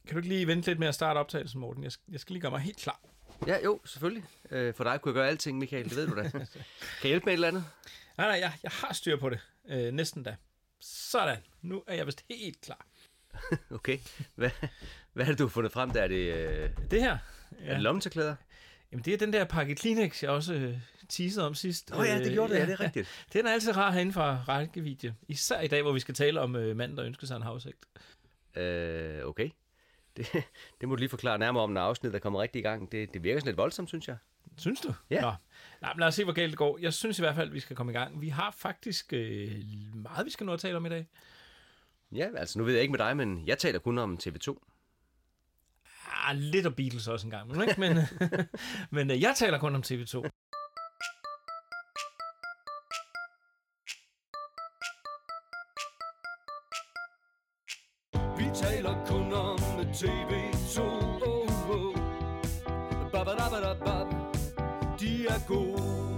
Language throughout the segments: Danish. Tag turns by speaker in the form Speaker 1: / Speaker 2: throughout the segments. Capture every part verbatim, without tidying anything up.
Speaker 1: Kan du ikke lige vente lidt med at starte optagelsen, Morten? Jeg skal, jeg skal lige gøre mig helt klar.
Speaker 2: Ja, jo, selvfølgelig. Øh, for dig kunne jeg gøre alting, Michael, det ved du da. Kan jeg hjælpe med et eller andet?
Speaker 1: Nej, nej, jeg, jeg har styr på det. Øh, næsten da. Sådan. Nu er jeg vist helt klar.
Speaker 2: Okay. Hvad, hvad har du fundet frem der? Er det, øh,
Speaker 1: Det her?
Speaker 2: ja. Er det lommetørklæder?
Speaker 1: Jamen, det er den der pakke Kleenex, jeg også øh, teasede om sidst.
Speaker 2: Åh oh, ja, det gjorde det, ja, det er rigtigt.
Speaker 1: Ja, den er altid rar herinde fra rækkevidde. Især i dag, hvor vi skal tale om øh, manden, der ønsker sig en havsægt.
Speaker 2: Øh, okay. Det, det må du lige forklare nærmere om, når afsnittet er kommet rigtig i gang. Det, det virker sådan lidt voldsomt, synes jeg.
Speaker 1: Synes du?
Speaker 2: Ja.
Speaker 1: Nå. Nej, men lad os se, hvor galt det går. Jeg synes i hvert fald, at vi skal komme i gang. Vi har faktisk øh, meget, vi skal nå at tale om i dag.
Speaker 2: Ja, altså nu ved jeg ikke med dig, men jeg taler kun om T V to.
Speaker 1: Ah, lidt af Beatles også en gang, ikke? Men, men øh, jeg taler kun om T V to.
Speaker 3: Vi taler kun om T V to. Oh, oh. Ba-ba-da-ba-da-ba. De er gode.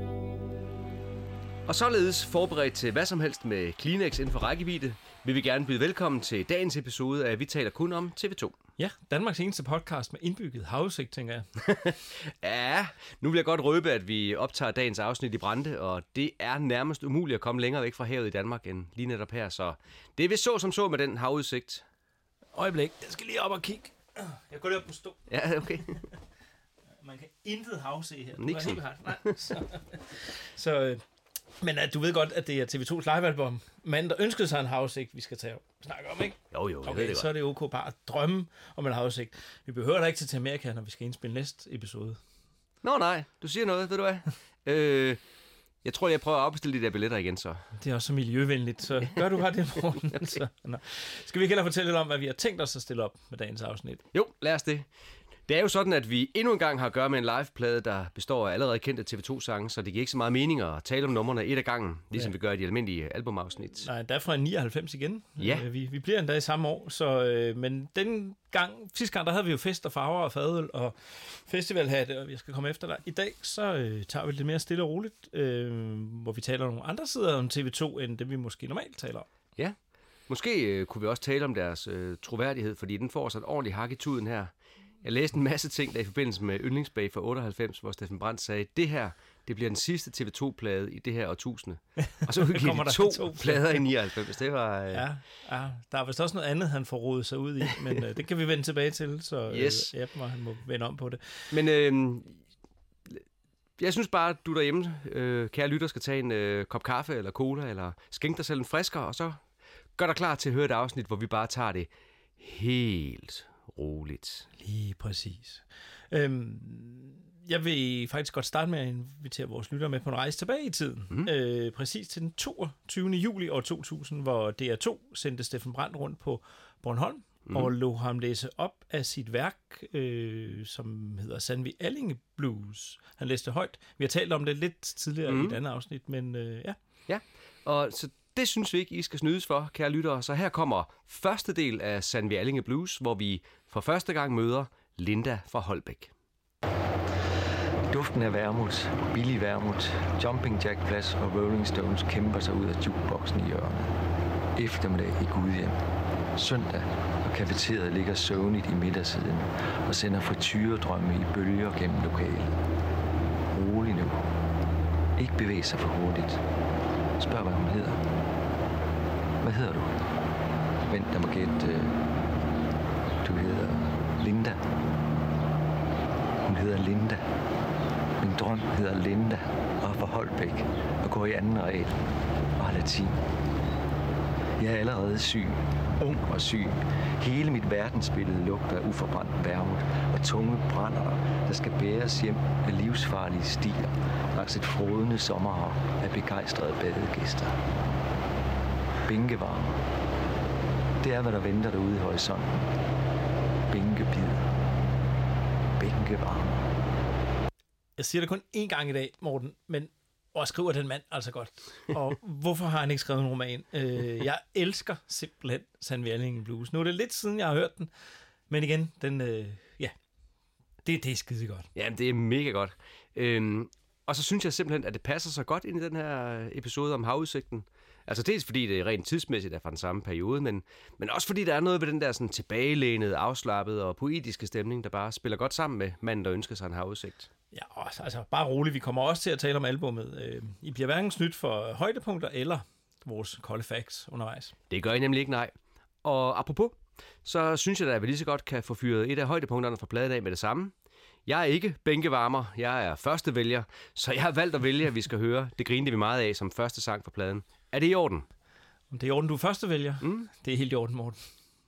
Speaker 2: Og således forberedt til hvad som helst med Kleenex inden for rækkevidde, vil vi gerne byde velkommen til dagens episode af Vi taler kun om T V to.
Speaker 1: Ja, Danmarks eneste podcast med indbygget havsigt, tænker jeg.
Speaker 2: Ja, nu vil jeg godt røbe, at vi optager dagens afsnit i Brande, og det er nærmest umuligt at komme længere væk fra havet i Danmark end lige netop her, så det er vist så som så med den havudsigt.
Speaker 1: Øjeblik, jeg skal lige op og kigge. Jeg går lige op på stå.
Speaker 2: Ja, okay.
Speaker 1: Man kan intet havse her.
Speaker 2: Nixon.
Speaker 1: Nej, så, så øh, men at du ved godt, at det er T V tos livealbum, manden, der ønskede sig en havsigt, vi skal tage snakke om, ikke?
Speaker 2: Jo, jo, jeg
Speaker 1: okay,
Speaker 2: ved det
Speaker 1: så
Speaker 2: godt.
Speaker 1: er det ok bare at drømme om en havsigt. Vi behøver da ikke til Amerika, når vi skal indspille næste episode.
Speaker 2: Nå nej, du siger noget, ved du hvad? øh, jeg tror, jeg prøver at opbestille de der billetter igen, så.
Speaker 1: Det er også så miljøvenligt, så gør du bare det, Morten. Okay. Så, nå. Skal vi ikke hellere fortælle lidt om, hvad vi har tænkt os at stille op med dagens afsnit?
Speaker 2: Jo, lad os det. Det er jo sådan, at vi endnu en gang har at gøre med en liveplade, der består af allerede kendte T V to-sange, så det giver ikke så meget mening at tale om numrene et ad gangen, ligesom ja. vi gør i de almindelige albumafsnit.
Speaker 1: Nej, der er fra nioghalvfems igen.
Speaker 2: Ja.
Speaker 1: Vi, vi bliver endda i samme år, så, øh, men den gang, sidste gang, der havde vi jo fest og farver og fadøl og festivalhatte, og jeg skal komme efter dig. I dag, så øh, tager vi lidt mere stille og roligt, øh, hvor vi taler om nogle andre sider om T V to, end det vi måske normalt taler om.
Speaker 2: Ja, måske øh, kunne vi også tale om deres øh, troværdighed, fordi den får sig et ordentligt hak i tuden her. Jeg læste en masse ting der i forbindelse med Yndlingsbag fra otteoghalvfems, hvor Steffen Brandt sagde, det her, det bliver den sidste T V to-plade i det her årtusinde. Og så udgiver de to, to plader i nioghalvfems. Det var... Øh...
Speaker 1: Ja, ja, der er vist også noget andet, han får rodet sig ud i, men øh, det kan vi vende tilbage til, så
Speaker 2: yes.
Speaker 1: øh, ja, han må vende om på det.
Speaker 2: Men øh, jeg synes bare, at du derhjemme, øh, kære lytter, skal tage en øh, kop kaffe eller cola, eller skænke dig selv en frisker, og så gør dig klar til at høre et afsnit, hvor vi bare tager det helt roligt.
Speaker 1: Lige præcis. Øhm, jeg vil faktisk godt starte med at invitere vores lyttere med på en rejse tilbage i tiden. Mm. Øh, præcis til den toogtyvende juli år to tusind, hvor D R to sendte Steffen Brandt rundt på Bornholm mm. og lod ham læse op af sit værk, øh, som hedder Sandvi Allinge Blues. Han læste højt. Vi har talt om det lidt tidligere mm. i et andet afsnit, men øh, ja.
Speaker 2: Ja, og så det synes vi ikke, I skal snydes for, kære lyttere. Så her kommer første del af Sandvi Allinge Blues, hvor vi for første gang møder Linda fra Holbæk.
Speaker 4: Duften af vermut, billig vermut, Jumping Jack Flash og Rolling Stones kæmper sig ud af jukeboxen i hjørnet. Eftermiddag i Gudhjem. Søndag, og kafeteriet ligger søvnigt i midtersiden og sender frityredrømme i bølger gennem lokalet. Rolig nu. Ikke bevæg sig for hurtigt. Spørg, hvad hun hedder. Hvad hedder du? Vent, der må gætte. Du hedder Linda. Hun hedder Linda. Min drøm hedder Linda og er fra Holbæk og går i anden regel og har latin. Jeg er allerede syg. Ung og syg. Hele mit verdensbillede lugter af uforbrændt vermut og tunge brænder, der skal bæres hjem med livsfarlige stier langs et frodende sommerhav af begejstrede badegæster. Bænkevarmer. Det er, hvad der venter derude i horisonten. Bænkebider. Bænkevarmer.
Speaker 1: Jeg siger det kun én gang i dag, Morten, men og skriver den mand altså godt. Og hvorfor har han ikke skrevet en roman? Øh, jeg elsker simpelthen Sandvi Allinge Blues. Nu er det lidt siden, jeg har hørt den, men igen, den, øh, ja, det, det er skide godt.
Speaker 2: Ja, det er mega godt. Øhm, og så synes jeg simpelthen, at det passer så godt ind i den her episode om havudsigten. Altså dels fordi det rent tidsmæssigt er fra den samme periode, men, men også fordi der er noget ved den der sådan tilbagelænede, afslappede og poetiske stemning, der bare spiller godt sammen med manden, der ønsker sig en havudsigt.
Speaker 1: Ja, også, altså bare roligt. Vi kommer også til at tale om albummet. Øh, I bliver hverken snydt for højdepunkter eller vores kolde facts undervejs.
Speaker 2: Det gør I nemlig ikke, nej. Og apropos, så synes jeg da, at vi lige så godt kan få fyret et af højdepunkterne fra pladen af med det samme. Jeg er ikke bænkevarmer, jeg er første vælger, så jeg har valgt at vælge, at vi skal høre Det grinede vi meget af som første sang fra pladen. Er det i orden?
Speaker 1: Om det er i orden, du er første vælger?
Speaker 2: Mm.
Speaker 1: Det er helt i orden, Morten.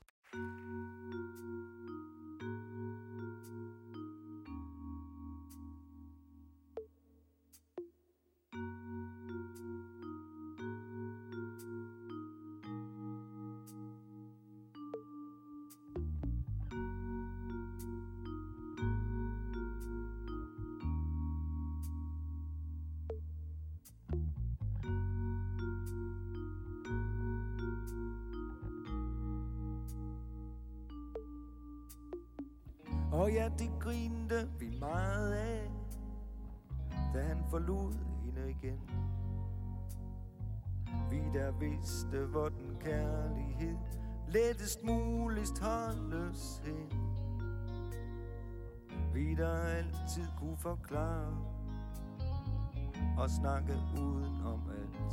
Speaker 5: Og ja, det grinte vi meget af, da han forlod hende igen. Vi der vidste, hvor den kærlighed lettest muligst holdes hen. Vi der altid kunne forklare og snakke uden om alt.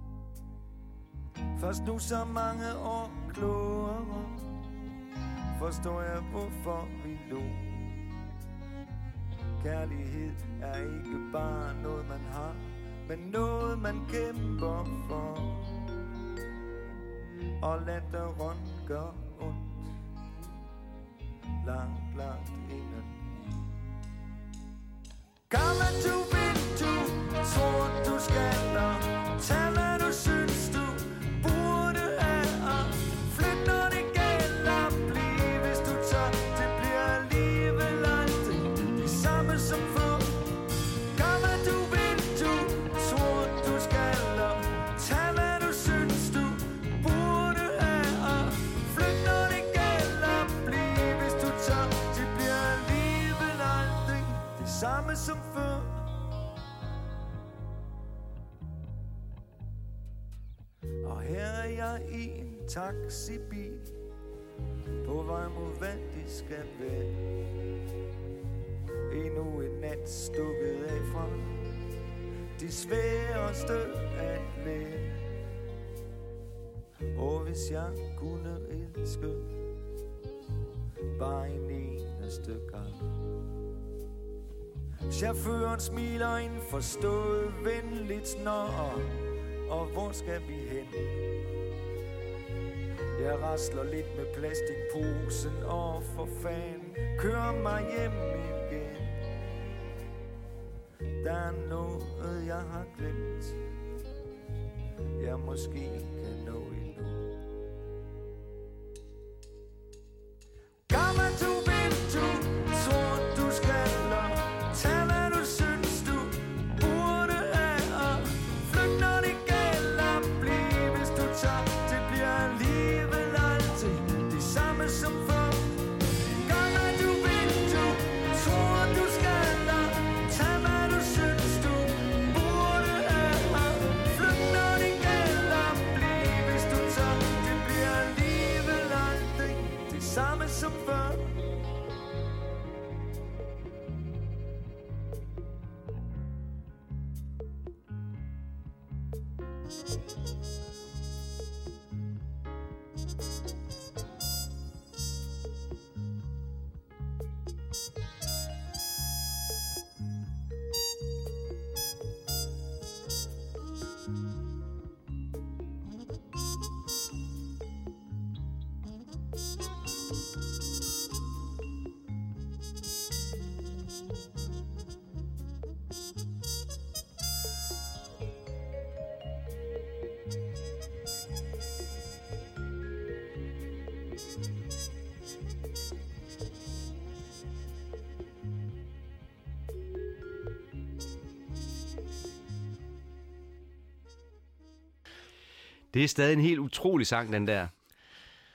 Speaker 5: Først nu så mange år klogere forstår jeg, hvorfor vi lå. Kærlighed er ikke bare noget, man har, men noget, man kæmper for. Og latteren gør ondt langt, langt indeni. Kom at du vil, du tror, du skal, og tag, hvad du synes, du burde have. Flyt, når det gælder, bliv, hvis du tør. Det bliver alligevel aldrig det samme som før. Kom at du vil, du tror, du skal, og tag, hvad du synes, du burde have. Flyt, når det gælder, bliv, hvis du tør. Det bliver alligevel aldrig det samme som før. Og her er jeg i en taxibil, på vej mod hvad det skal være. Endnu en nat stukket af fra det sværeste at lære. Og hvis jeg kunne elske bare en eneste gang. Chaufføren smiler en forstået venligt snor. Og hvor skal vi hen? Jeg rasler lidt med plastikposen, og for fanden, kør mig hjem igen. Der er noget, jeg har glemt, jeg måske kan nå endnu. Kom at du vil, du tror, du skal, og tag, hvad du synes, du burde have. Flyt, når det gælder, bliv, hvis du tør. Det bliver alligevel altid det samme som før. Kom at du vil, du tror, du skal, og tag, hvad du synes, du burde have. Flyt, når det gælder, bliv, hvis du tør. Det bliver alligevel aldrig det samme som før.
Speaker 2: Det er stadig en helt utrolig sang, den der.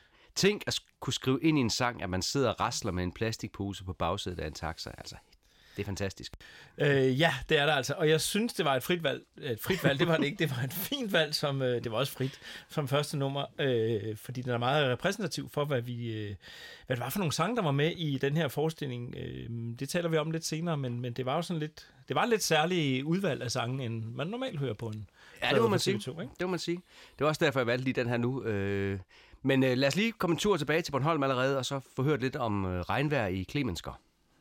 Speaker 2: Tænk at kunne skrive ind i en sang, at man sidder og rasler med en plastikpose på bagsædet af en taxa. Altså, Det er fantastisk.
Speaker 1: Øh, ja, det er der altså. Og jeg synes, det var et frit valg. Et frit valg, det var det ikke. Det var et fint valg, som øh, det var også frit som første nummer, øh, fordi den er meget repræsentativ for, hvad vi, øh, hvad det var for nogle sange, der var med i den her forestilling. Øh, det taler vi om lidt senere, men, men det var jo sådan lidt, det var lidt særligt udvalg af sange, end man normalt hører på en.
Speaker 2: Ja, det må man sige. T V to, ikke? Det må man sige. Det var også derfor, jeg valgte lige den her nu. Øh, men øh, lad os lige komme en tur tilbage til Bornholm allerede, og så få hørt lidt om øh, regnvejr i Klemensker.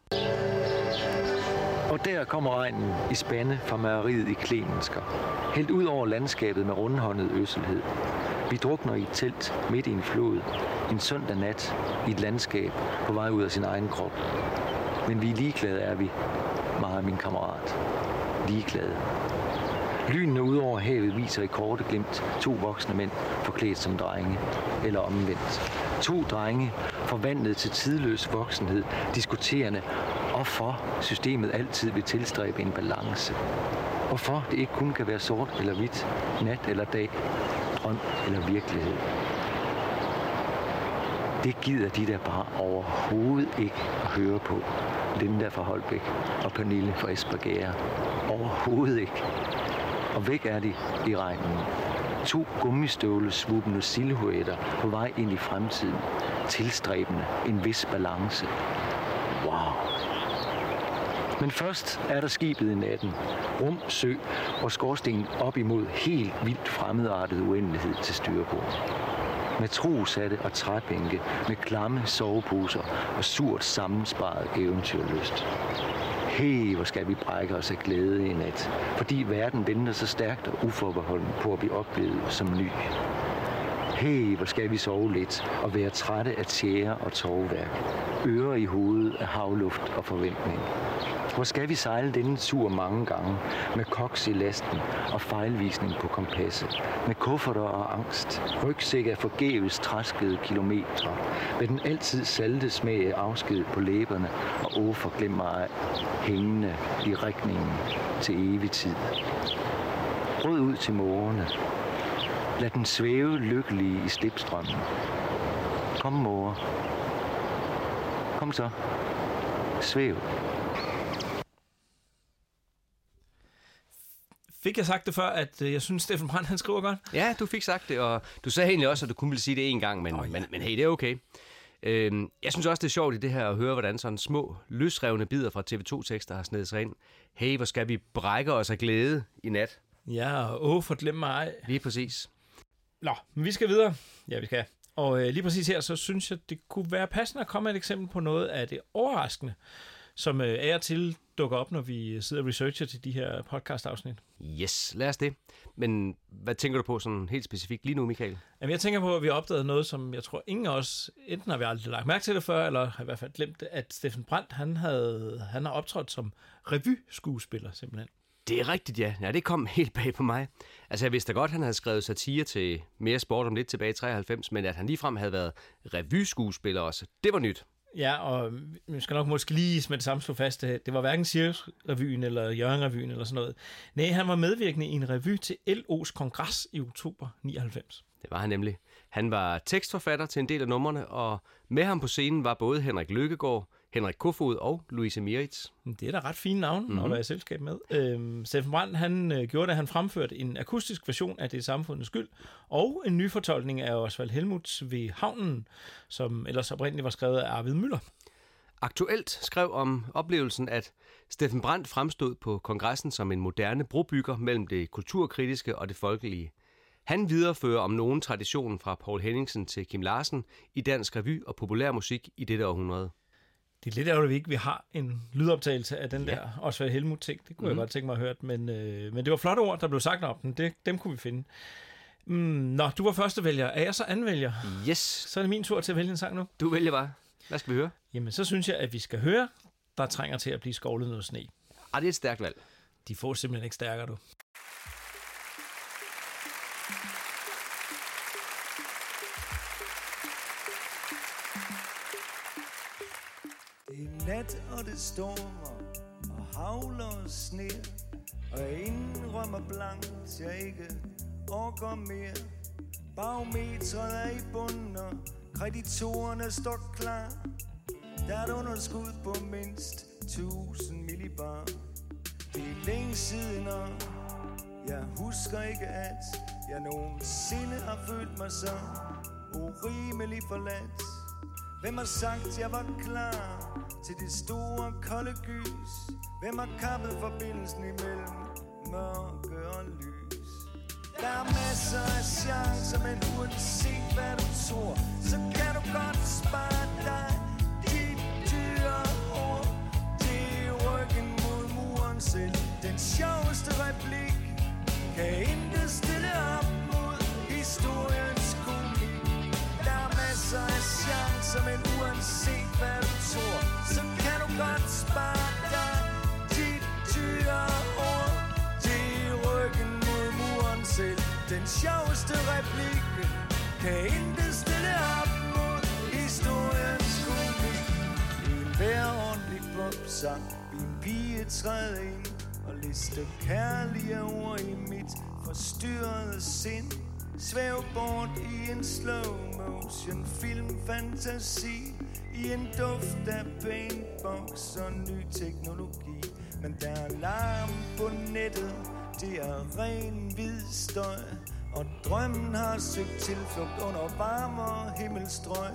Speaker 4: Og der kommer regnen i spande fra mejeriet i Klemensker. Helt ud over landskabet med rundhåndet øsselhed. Vi drukner i et telt midt i en flod. En søndag nat i et landskab på vej ud af sin egen krop. Men vi er ligeglade, er vi. Mig og min kammerat. Ligeglade. Lynene ud over havet viser i korte glimt to voksne mænd forklædt som drenge. Eller omvendt. To drenge forvandlet til tidløs voksenhed, diskuterende, hvorfor systemet altid vil tilstræbe en balance. Hvorfor det ikke kun kan være sort eller hvidt, nat eller dag, drøm eller virkelighed. Det gider de der bare overhovedet ikke at høre på. Linda fra Holbæk og Pernille fra Espergære. Overhovedet ikke. Og væk er de i regnen. To gummistøvle svubende silhuetter på vej ind i fremtiden. Tilstræbende en vis balance. Wow. Men først er der skibet i natten. Rum, sø og skorstenen op imod helt vildt fremmedartet uendelighed til styrbord. Matroshatte og træbænke med klamme soveposer og surt sammensparet eventyrlyst. Hey, hvor skal vi brække os af glæde i nat, fordi verden venter så stærkt og uforbeholden på at blive oplevet som ny. Hey, hvor skal vi sove lidt og være trætte af tjære og tovværk, ører i hovedet af havluft og forventning. Hvor skal vi sejle denne tur mange gange, med koks i lasten og fejlvisning på kompasset, med kufferter og angst, rygsæk af forgæves træskede kilometre, med den altid salte smag af afsked på læberne og uforglemmer af hængende i rigningen til evig tid. Rød ud til mågerne. Lad den svæve lykkelige i slipstrømmen. Kom, måger. Kom så. Svæv.
Speaker 1: Fik jeg sagt det før, at jeg synes, Steffen Brandt, han skriver godt?
Speaker 2: Ja, du fik sagt det, og du sagde egentlig også, at du kun ville sige det en gang, men, oh, ja. men, men hey, det er okay. Øhm, jeg synes også, det er sjovt i det her at høre, hvordan sådan små, løsrevne bidder fra T V to-tekster har snedet sig ind. Hey, hvor skal vi brække os af glæde i nat?
Speaker 1: Ja, og åh, for glem mig ej.
Speaker 2: Lige præcis.
Speaker 1: Nå, men vi skal videre. Ja, vi skal. Og øh, lige præcis her, så synes jeg, det kunne være passende at komme med et eksempel på noget af det overraskende, som øh, af og til dukker op, når vi sidder og researcher til de her podcast-afsnit.
Speaker 2: Yes, lad os det. Men hvad tænker du på sådan helt specifikt lige nu, Michael?
Speaker 1: Jamen, jeg tænker på, at vi har opdaget noget, som jeg tror, ingen af os, enten har vi aldrig lagt mærke til det før, eller har i hvert fald glemt det, at Steffen Brandt, han, havde, han har optrådt som revyskuespiller, simpelthen.
Speaker 2: Det er rigtigt, ja. Ja, det kom helt bag på mig. Altså, jeg vidste da godt, at han havde skrevet satire til Mere Sport om lidt tilbage i treoghalvfems, men at han ligefrem havde været revyskuespiller også, det var nyt.
Speaker 1: Ja, og vi skal nok måske lige med det samme slå fast, det var hverken Cirkusrevyen eller Jørgen-revyen eller sådan noget. Nej, han var medvirkende i en revy til L O's kongres i oktober nioghalvfems.
Speaker 2: Det var han nemlig. Han var tekstforfatter til en del af numrene, og med ham på scenen var både Henrik Løkkegaard, Henrik Kofod og Louise Mieritz. Det
Speaker 1: er da ret fine navne, mm-hmm. når der er selskab med. Øhm, Steffen Brandt, han øh, gjorde det, han fremførte en akustisk version af Det er samfundets skyld, og en ny fortolkning af Osvald Helmuths Ved havnen, som ellers oprindeligt var skrevet af Arvid Müller.
Speaker 2: Aktuelt skrev om oplevelsen, at Steffen Brandt fremstod på kongressen som en moderne brobygger mellem det kulturkritiske og det folkelige. Han viderefører om nogen traditionen fra Poul Henningsen til Kim Larsen i dansk revy og populærmusik i dette århundrede.
Speaker 1: Det er lidt ærgerligt, at vi ikke vi har en lydoptagelse af den ja. der Osvald Helmuth-ting. Det kunne mm. jeg godt tænke mig at høre, men, øh, men det var flotte ord, der blev sagt om den. Det, dem kunne vi finde. Mm, nå, du var første vælger. Er jeg så anvælger?
Speaker 2: Yes.
Speaker 1: Så er det min tur til at vælge en sang nu.
Speaker 2: Du vælger bare. Hvad skal vi høre?
Speaker 1: Jamen, så synes jeg, at vi skal høre, der trænger til at blive skovlet noget sne.
Speaker 2: Ah, det er et stærkt valg.
Speaker 1: De får simpelthen ikke stærkere, du.
Speaker 5: Det er nat, og det stormer, og havler og sner, og jeg indrømmer blankt, jeg ikke orker mere. Barometret er i bunden, og kreditorerne står klar. Der er et underskud på mindst tusind millibar. Det er længe siden, og jeg husker ikke, at jeg nogensinde har følt mig så urimelig forladt. Hvem har sagt, jeg var klar til det store kolde gys? Hvem har kappet forbindelsen imellem mørke og lys? Der er masser af chancer, men uanset hvad du tror, så kan du godt spare dig dit dyre ord. Det er ryggen mod muren selv. Den sjoveste replik kan intet stille op mod historiens komik. Der er masser af chancer, men uanset hvad du tror, så kan du godt spare dig dit dyre ord. Det er ryggen mod muren selv. Den sjoveste replik kan intet stille op mod historiens komik. En hver ordentlig popsang, en pige træder ind og lister kærlige ord i mit forstyrrede sind. Svæv bort i en slow motion filmfantasi, i en duft af paintbox og ny teknologi. Men der er larm på nettet, det er ren hvid støj, og drømmen har søgt tilflugt under varmere himmelstrøg.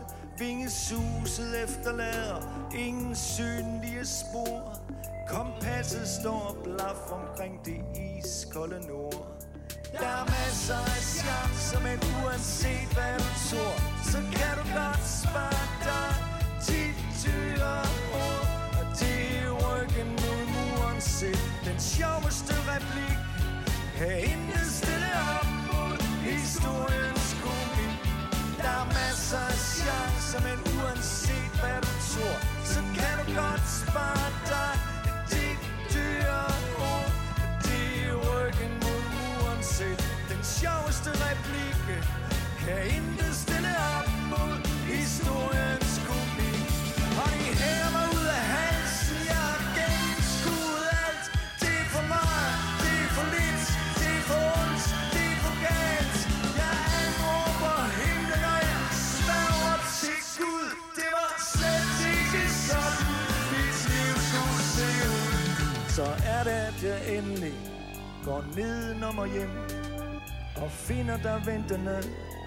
Speaker 5: Vingesuset efterlader ingen synlige spor. Kompasset står og blaf omkring det iskolde nord. Der er masser af chancer, men uanset hvad du tror, så kan du godt spare dig dit dyre ord. Og det er ryggen mod muren selv. Den sjoveste replik kan intet stille op mod historiens komik. Der er masser af chancer, men uanset hvad du tror, så kan du godt spare dig dit dyre ord. Det er ryggen mod muren selv. Den sjoveste replik kan intet stille op mod historiens komik. Og de hænger mig ud af halsen, jeg har gennemskuet alt. Det er for meget, det er for lidt, det er for ondt, det er for galt. Jeg anråber himlen, og jeg sværger til Gud. Det var slet ikke sådan, mit liv skulle se ud. Så er det, at jeg endelig går nedenom og hjem og finder dig ventende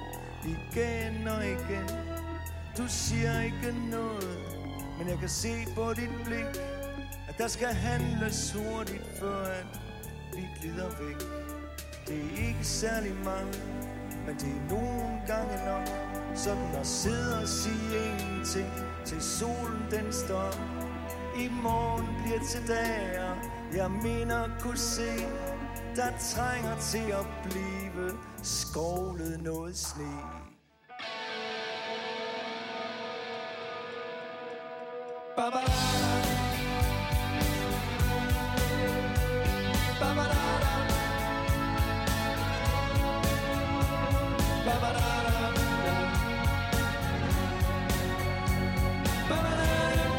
Speaker 5: igen og igen. Du siger ikke noget, men jeg kan se på dit blik, at der skal handles hurtigt, før at vi glider væk. Det er ikke særlig meget, men det er nogle gange nok, sådan at sidde og sige ingenting, til solen den står. I morgen bliver til dag, og jeg mener kunne se, der trænger til at blive skovlet noget sne. Ba-ba-da-da. Ba-ba-da-da. Ba-ba-da-da. Ba-ba-da-da.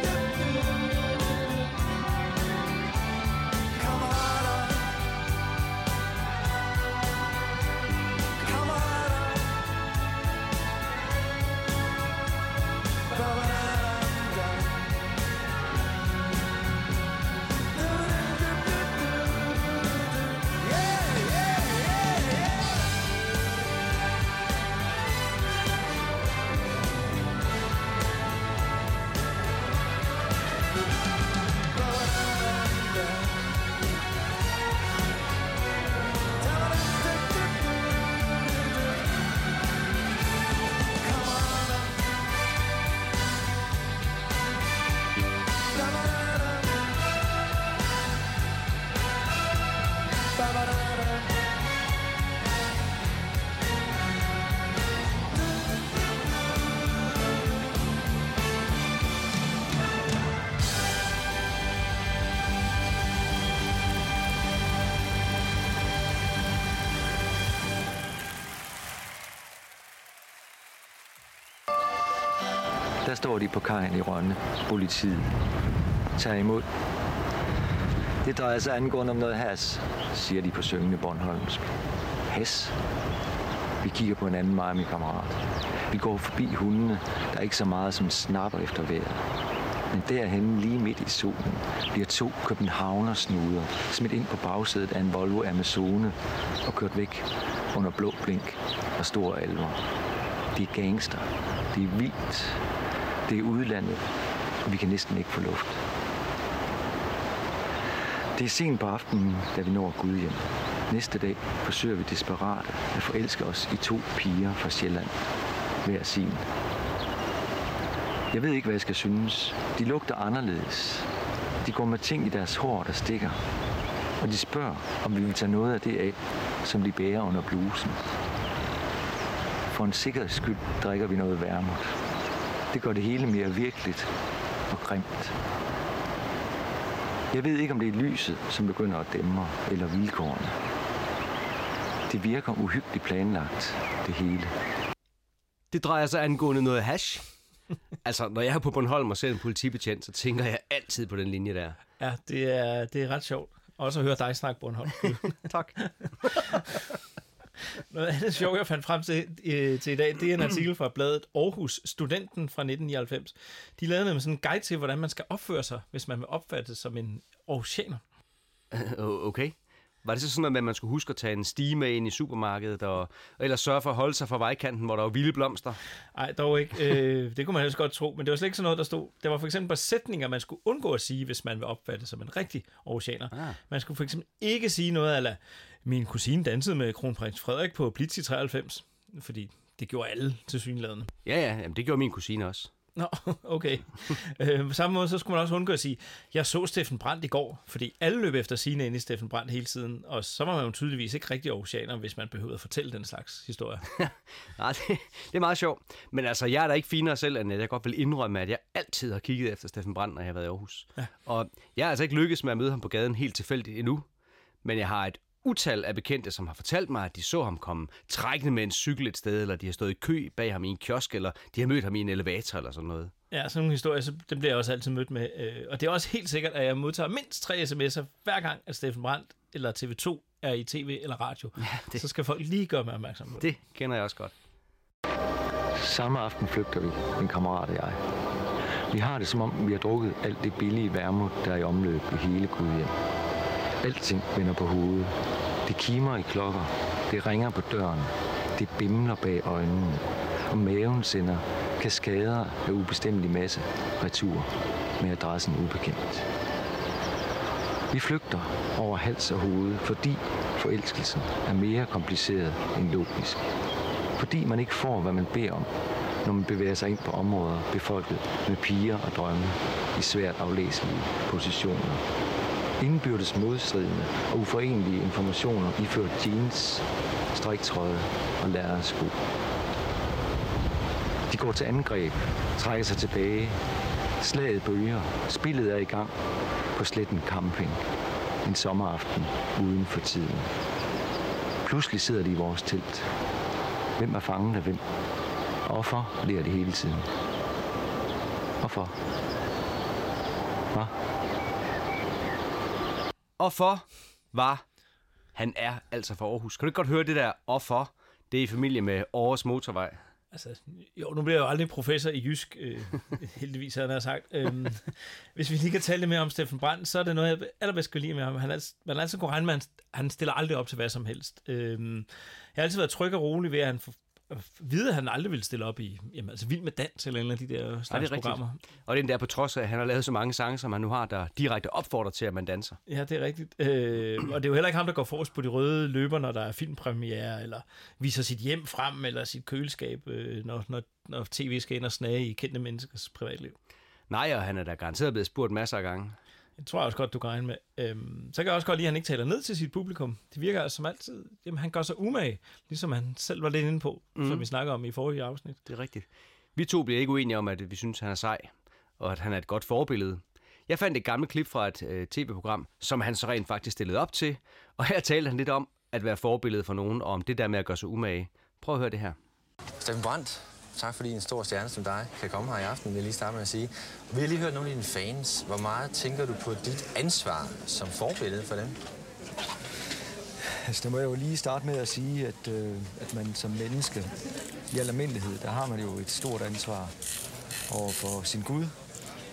Speaker 4: Der står de på kajen i Rønne. Politiet tager imod. Det drejer sig angående om noget has, siger de på syngende bornholmsk. Has? Vi kigger på en anden Miami-kammerat. Vi går forbi hundene, der ikke så meget som snapper efter vejret. Men derhenne, lige midt i solen, bliver to københavnersnuder smidt ind på bagsædet af en Volvo Amazone og kørt væk under blå blink og stor alvor. Det er gangster. Det er vildt. Det er udlandet. Og vi kan næsten ikke få luft. Det er sent på aftenen, da vi når Gudhjem. Næste dag forsøger vi desperat at forelske os i to piger fra Sjælland. Hver sin. Jeg ved ikke, hvad jeg skal synes. De lugter anderledes. De går med ting i deres hår, der stikker. Og de spørger, om vi vil tage noget af det af, som de bærer under blusen. For en sikkerheds skyld drikker vi noget vermut. Det gør det hele mere virkeligt og grimt. Jeg ved ikke, om det er lyset, som begynder at dæmre, eller vilkårene. Det virker uhyggeligt planlagt, det hele.
Speaker 2: Det drejer sig angående noget hash. Altså, når jeg er på Bornholm og ser en politibetjent, så tænker jeg altid på den linje der.
Speaker 1: Ja, det er, det er ret sjovt. Også at høre dig snakke Bornholm.
Speaker 2: Tak.
Speaker 1: Noget andet sjovt, jeg fandt frem til, øh, til i dag, det er en artikel fra bladet Aarhus Studenten fra nitten nioghalvfems. De lavede nemlig sådan en guide til, hvordan man skal opføre sig, hvis man vil opfattes som en aarhusianer.
Speaker 2: Okay. Var det så sådan noget med, at man skulle huske at tage en stige med ind i supermarkedet, og, og ellers sørge for at holde sig fra vejkanten, hvor der var vilde blomster?
Speaker 1: Nej, dog ikke. Øh, det kunne man helst godt tro, men det var slet ikke sådan noget, der stod. Der var for eksempel sætninger, man skulle undgå at sige, hvis man vil opfattes som en rigtig aarhusianer. Ah. Man skulle for eksempel ikke sige noget ala, min kusine dansede med kronprins Frederik på Blitz i treoghalvfems, fordi det gjorde alle tilsyneladende.
Speaker 2: Ja, ja, jamen, det gjorde min kusine også.
Speaker 1: Nå, okay. øh, på samme måde, så skulle man også undgå at sige, jeg så Steffen Brandt i går, fordi alle løb efter Signe ind i Steffen Brandt hele tiden, og så var man jo tydeligvis ikke rigtig aarhusianer, hvis man behøvede at fortælle den slags historie.
Speaker 2: Nej, det, det er meget sjovt. Men altså, jeg er da ikke finere selv, end at jeg godt vil indrømme, at jeg altid har kigget efter Steffen Brandt, når jeg har været i Aarhus. Ja. Og jeg har altså ikke lykkes med at møde ham på gaden helt tilfældigt endnu, men jeg har et utal af bekendte, som har fortalt mig, at de så ham komme trækkende med en cykel et sted, eller de har stået i kø bag ham i en kiosk, eller de har mødt ham i en elevator, eller sådan noget.
Speaker 1: Ja, sådan nogle historier, så dem bliver jeg også altid mødt med. Og det er også helt sikkert, at jeg modtager mindst tre sms'er, hver gang, at Steffen Brandt eller T V to er i tv eller radio. Ja, det... Så skal folk lige gøre mig opmærksom på det.
Speaker 2: Det kender jeg også godt.
Speaker 4: Samme aften flygter vi, en kammerat og jeg. Vi har det, som om vi har drukket alt det billige vermut, der er i omløb i hele Gudhjem. Alting vender på hovedet. Det kimer i klokker. Det ringer på døren. Det bimler bag øjnene. Og maven sender kaskader af ubestemmelig masse retur med adressen ubekendt. Vi flygter over hals og hoved, fordi forelskelsen er mere kompliceret end logisk. Fordi man ikke får, hvad man beder om, når man bevæger sig ind på områder befolket med piger og drømme i svært aflæselige positioner. Indbyrdes modstridende og uforenelige informationer iført jeans, striktrøje og lærersko. De går til angreb, trækker sig tilbage. Slaget bølger, spillet er i gang på Sletten Camping. En sommeraften uden for tiden. Pludselig sidder de i vores telt. Hvem er fanget af hvem? Og hvorfor lærer det hele tiden? Hvorfor? Hvad?
Speaker 2: Og for var, han er altså fra Aarhus. Kan du ikke godt høre det der, og for? Det er i familie med Aarhus Motorvej.
Speaker 1: Altså, jo, nu bliver jeg jo aldrig professor i jysk, øh, heldigvis havde jeg sagt. Øhm, hvis vi lige kan tale lidt mere om Steffen Brandt, så er det noget, jeg allerbedst kan lide med ham. Han er, man altid kunne regne med, at han stiller aldrig op til hvad som helst. Øhm, jeg har altid været tryg og rolig ved, at han for, at vide, at han aldrig ville stille op i jamen, altså Vild med Dans eller en af de der slags programmer.
Speaker 2: Og det er der på trods af, at han har lavet så mange sange, som han nu har, der direkte opfordrer til, at man danser.
Speaker 1: Ja, det er rigtigt. Øh, og det er jo heller ikke ham, der går forrest på de røde løber, når der er filmpremiere, eller viser sit hjem frem, eller sit køleskab, øh, når, når, når tv skal ind og snage i kendte menneskers privatliv.
Speaker 2: Nej, og han er da garanteret blevet spurgt masser af gange.
Speaker 1: Det tror jeg også godt, du kan regne med. Øhm, så kan jeg også godt lide, at han ikke taler ned til sit publikum. Det virker altså som altid. Jamen, han gør sig umage, ligesom han selv var lidt inde på, mm. som vi snakker om i forrige afsnit.
Speaker 2: Det er rigtigt. Vi to bliver ikke uenige om, at vi synes, han er sej, og at han er et godt forbillede. Jeg fandt et gammelt klip fra et øh, tv-program, som han så rent faktisk stillede op til, og her talte han lidt om at være forbillede for nogen, og om det der med at gøre sig umage. Prøv at høre det her.
Speaker 6: Steffen Brandt, tak fordi en stor stjerne som dig kan komme her i aften, vil jeg lige starte med at sige. Vi har lige hørt nogle af dine fans. Hvor meget tænker du på dit ansvar som forbillede for dem?
Speaker 7: Altså, det må jeg jo lige starte med at sige, at, øh, at man som menneske i al almindelighed, der har man jo et stort ansvar over for sin Gud,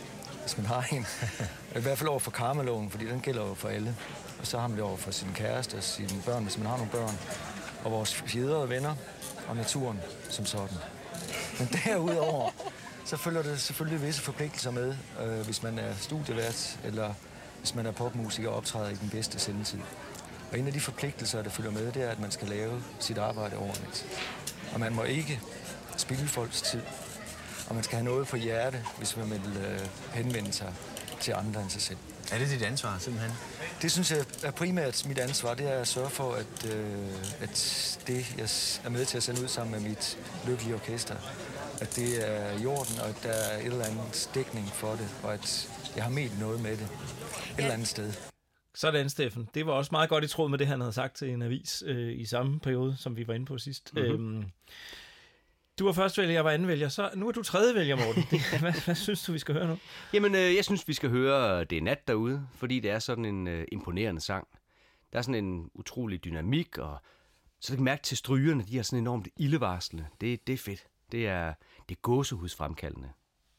Speaker 7: hvis man har en. I hvert fald over for karmaloven, fordi den gælder jo for alle. Og så har man det over for sin kæreste og sine børn, hvis man har nogle børn. Og vores fjedrede venner og naturen som sådan. Men derudover, så følger det selvfølgelig visse forpligtelser med, øh, hvis man er studievært, eller hvis man er popmusiker og optræder i den bedste sendetid. Og en af de forpligtelser, der følger med, det er, at man skal lave sit arbejde ordentligt. Og man må ikke spilde folks tid. Og man skal have noget på hjerte, hvis man vil øh, henvende sig til andre end sig selv.
Speaker 6: Er det dit ansvar, simpelthen?
Speaker 7: Det synes jeg er primært mit ansvar. Det er at sørge for, at, øh, at det, jeg er med til at sende ud sammen med mit lykkelige orkester, at det er i orden, og at der er et eller andet dækning for det, og at jeg har ment noget med det et eller andet sted.
Speaker 1: Sådan, Steffen. Det var også meget godt i tråd med det, han havde sagt til en avis øh, i samme periode, som vi var inde på sidst. Mm-hmm. Øhm, du var førstevælger, jeg var andenvælger, så nu er du tredjevælger, Morten. hvad, hvad synes du, vi skal høre nu?
Speaker 2: Jamen, øh, jeg synes, vi skal høre Det er nat derude, fordi det er sådan en øh, imponerende sang. Der er sådan en utrolig dynamik, og så kan mærke til strygerne, de er sådan enormt ildevarslende. Det, det er fedt. Det er, det er gåsehudsfremkaldende.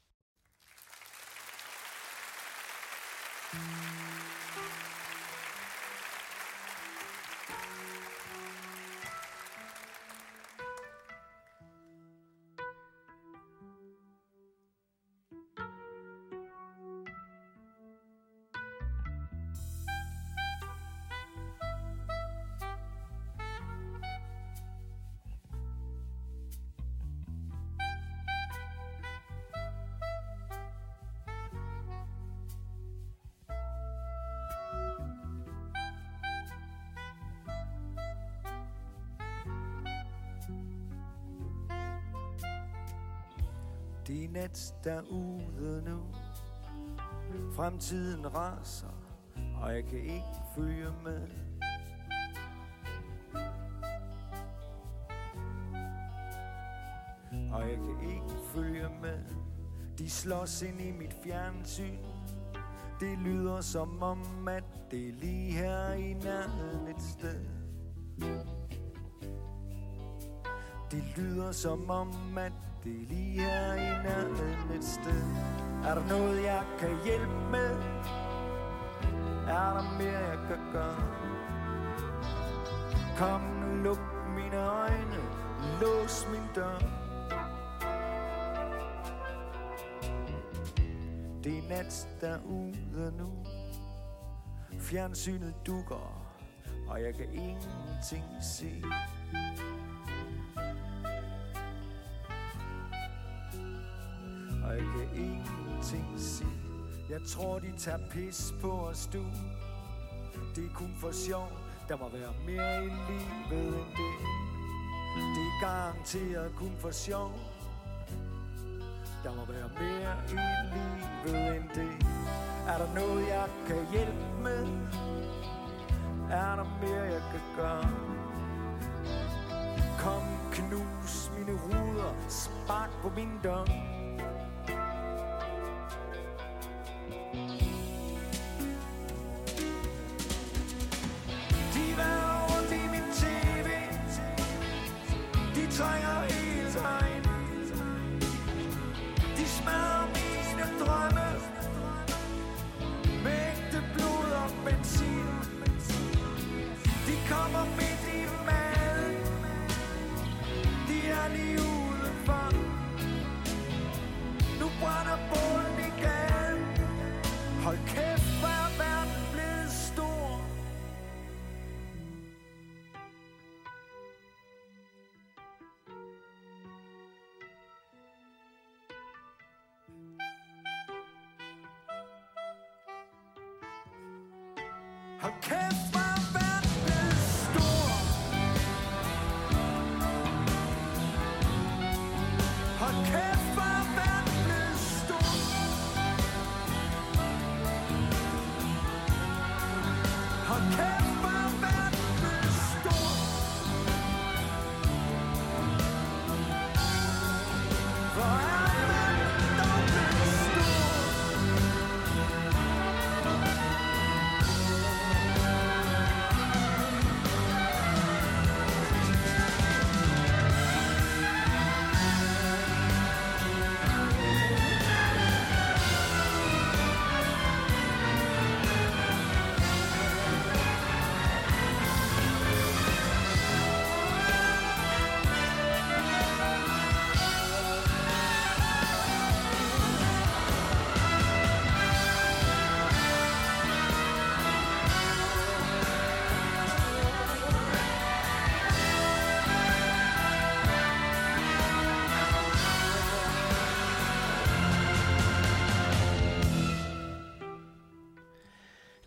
Speaker 5: Det er nat derude nu. Fremtiden raser, og jeg kan ikke følge med. Og jeg kan ikke følge med. De slås ind i mit fjernsyn. Det lyder som om, at det er lige her i nærheden et sted. Det lyder som om, at det er lige her i nærheden et sted. Er der noget, jeg kan hjælpe med? Er der mere, jeg kan gøre? Kom nu, luk mine øjne, lås min dør. Det er nat derude nu. Fjernsynet dukker, og jeg kan ingenting se. Og jeg kan ingenting se. Jeg tror, de tager pis på os, du. Det er kun for sjov. Der må være mere i livet end det. Det er garanteret kun for sjov. Der må være mere i livet end det. Er der noget, jeg kan hjælpe med? Er der mere, jeg kan gøre? Kom, knus mine ruder, spark på min dør. De var rundt i min tv. De trænger helt hegn. De smadrer mine drømme med ægte blod og benzin. De kommer midt i maden. De er lige udenfor. Nu brænder bålen i gaden. Hold kæft, hvor er verden blevet stor. Hold kæft, hvor er verden blevet stor. Hold kæft, hvor er verden blevet stor. Hold kæft, hvor er verden blevet stor. Hvor er verden dog blevet stor.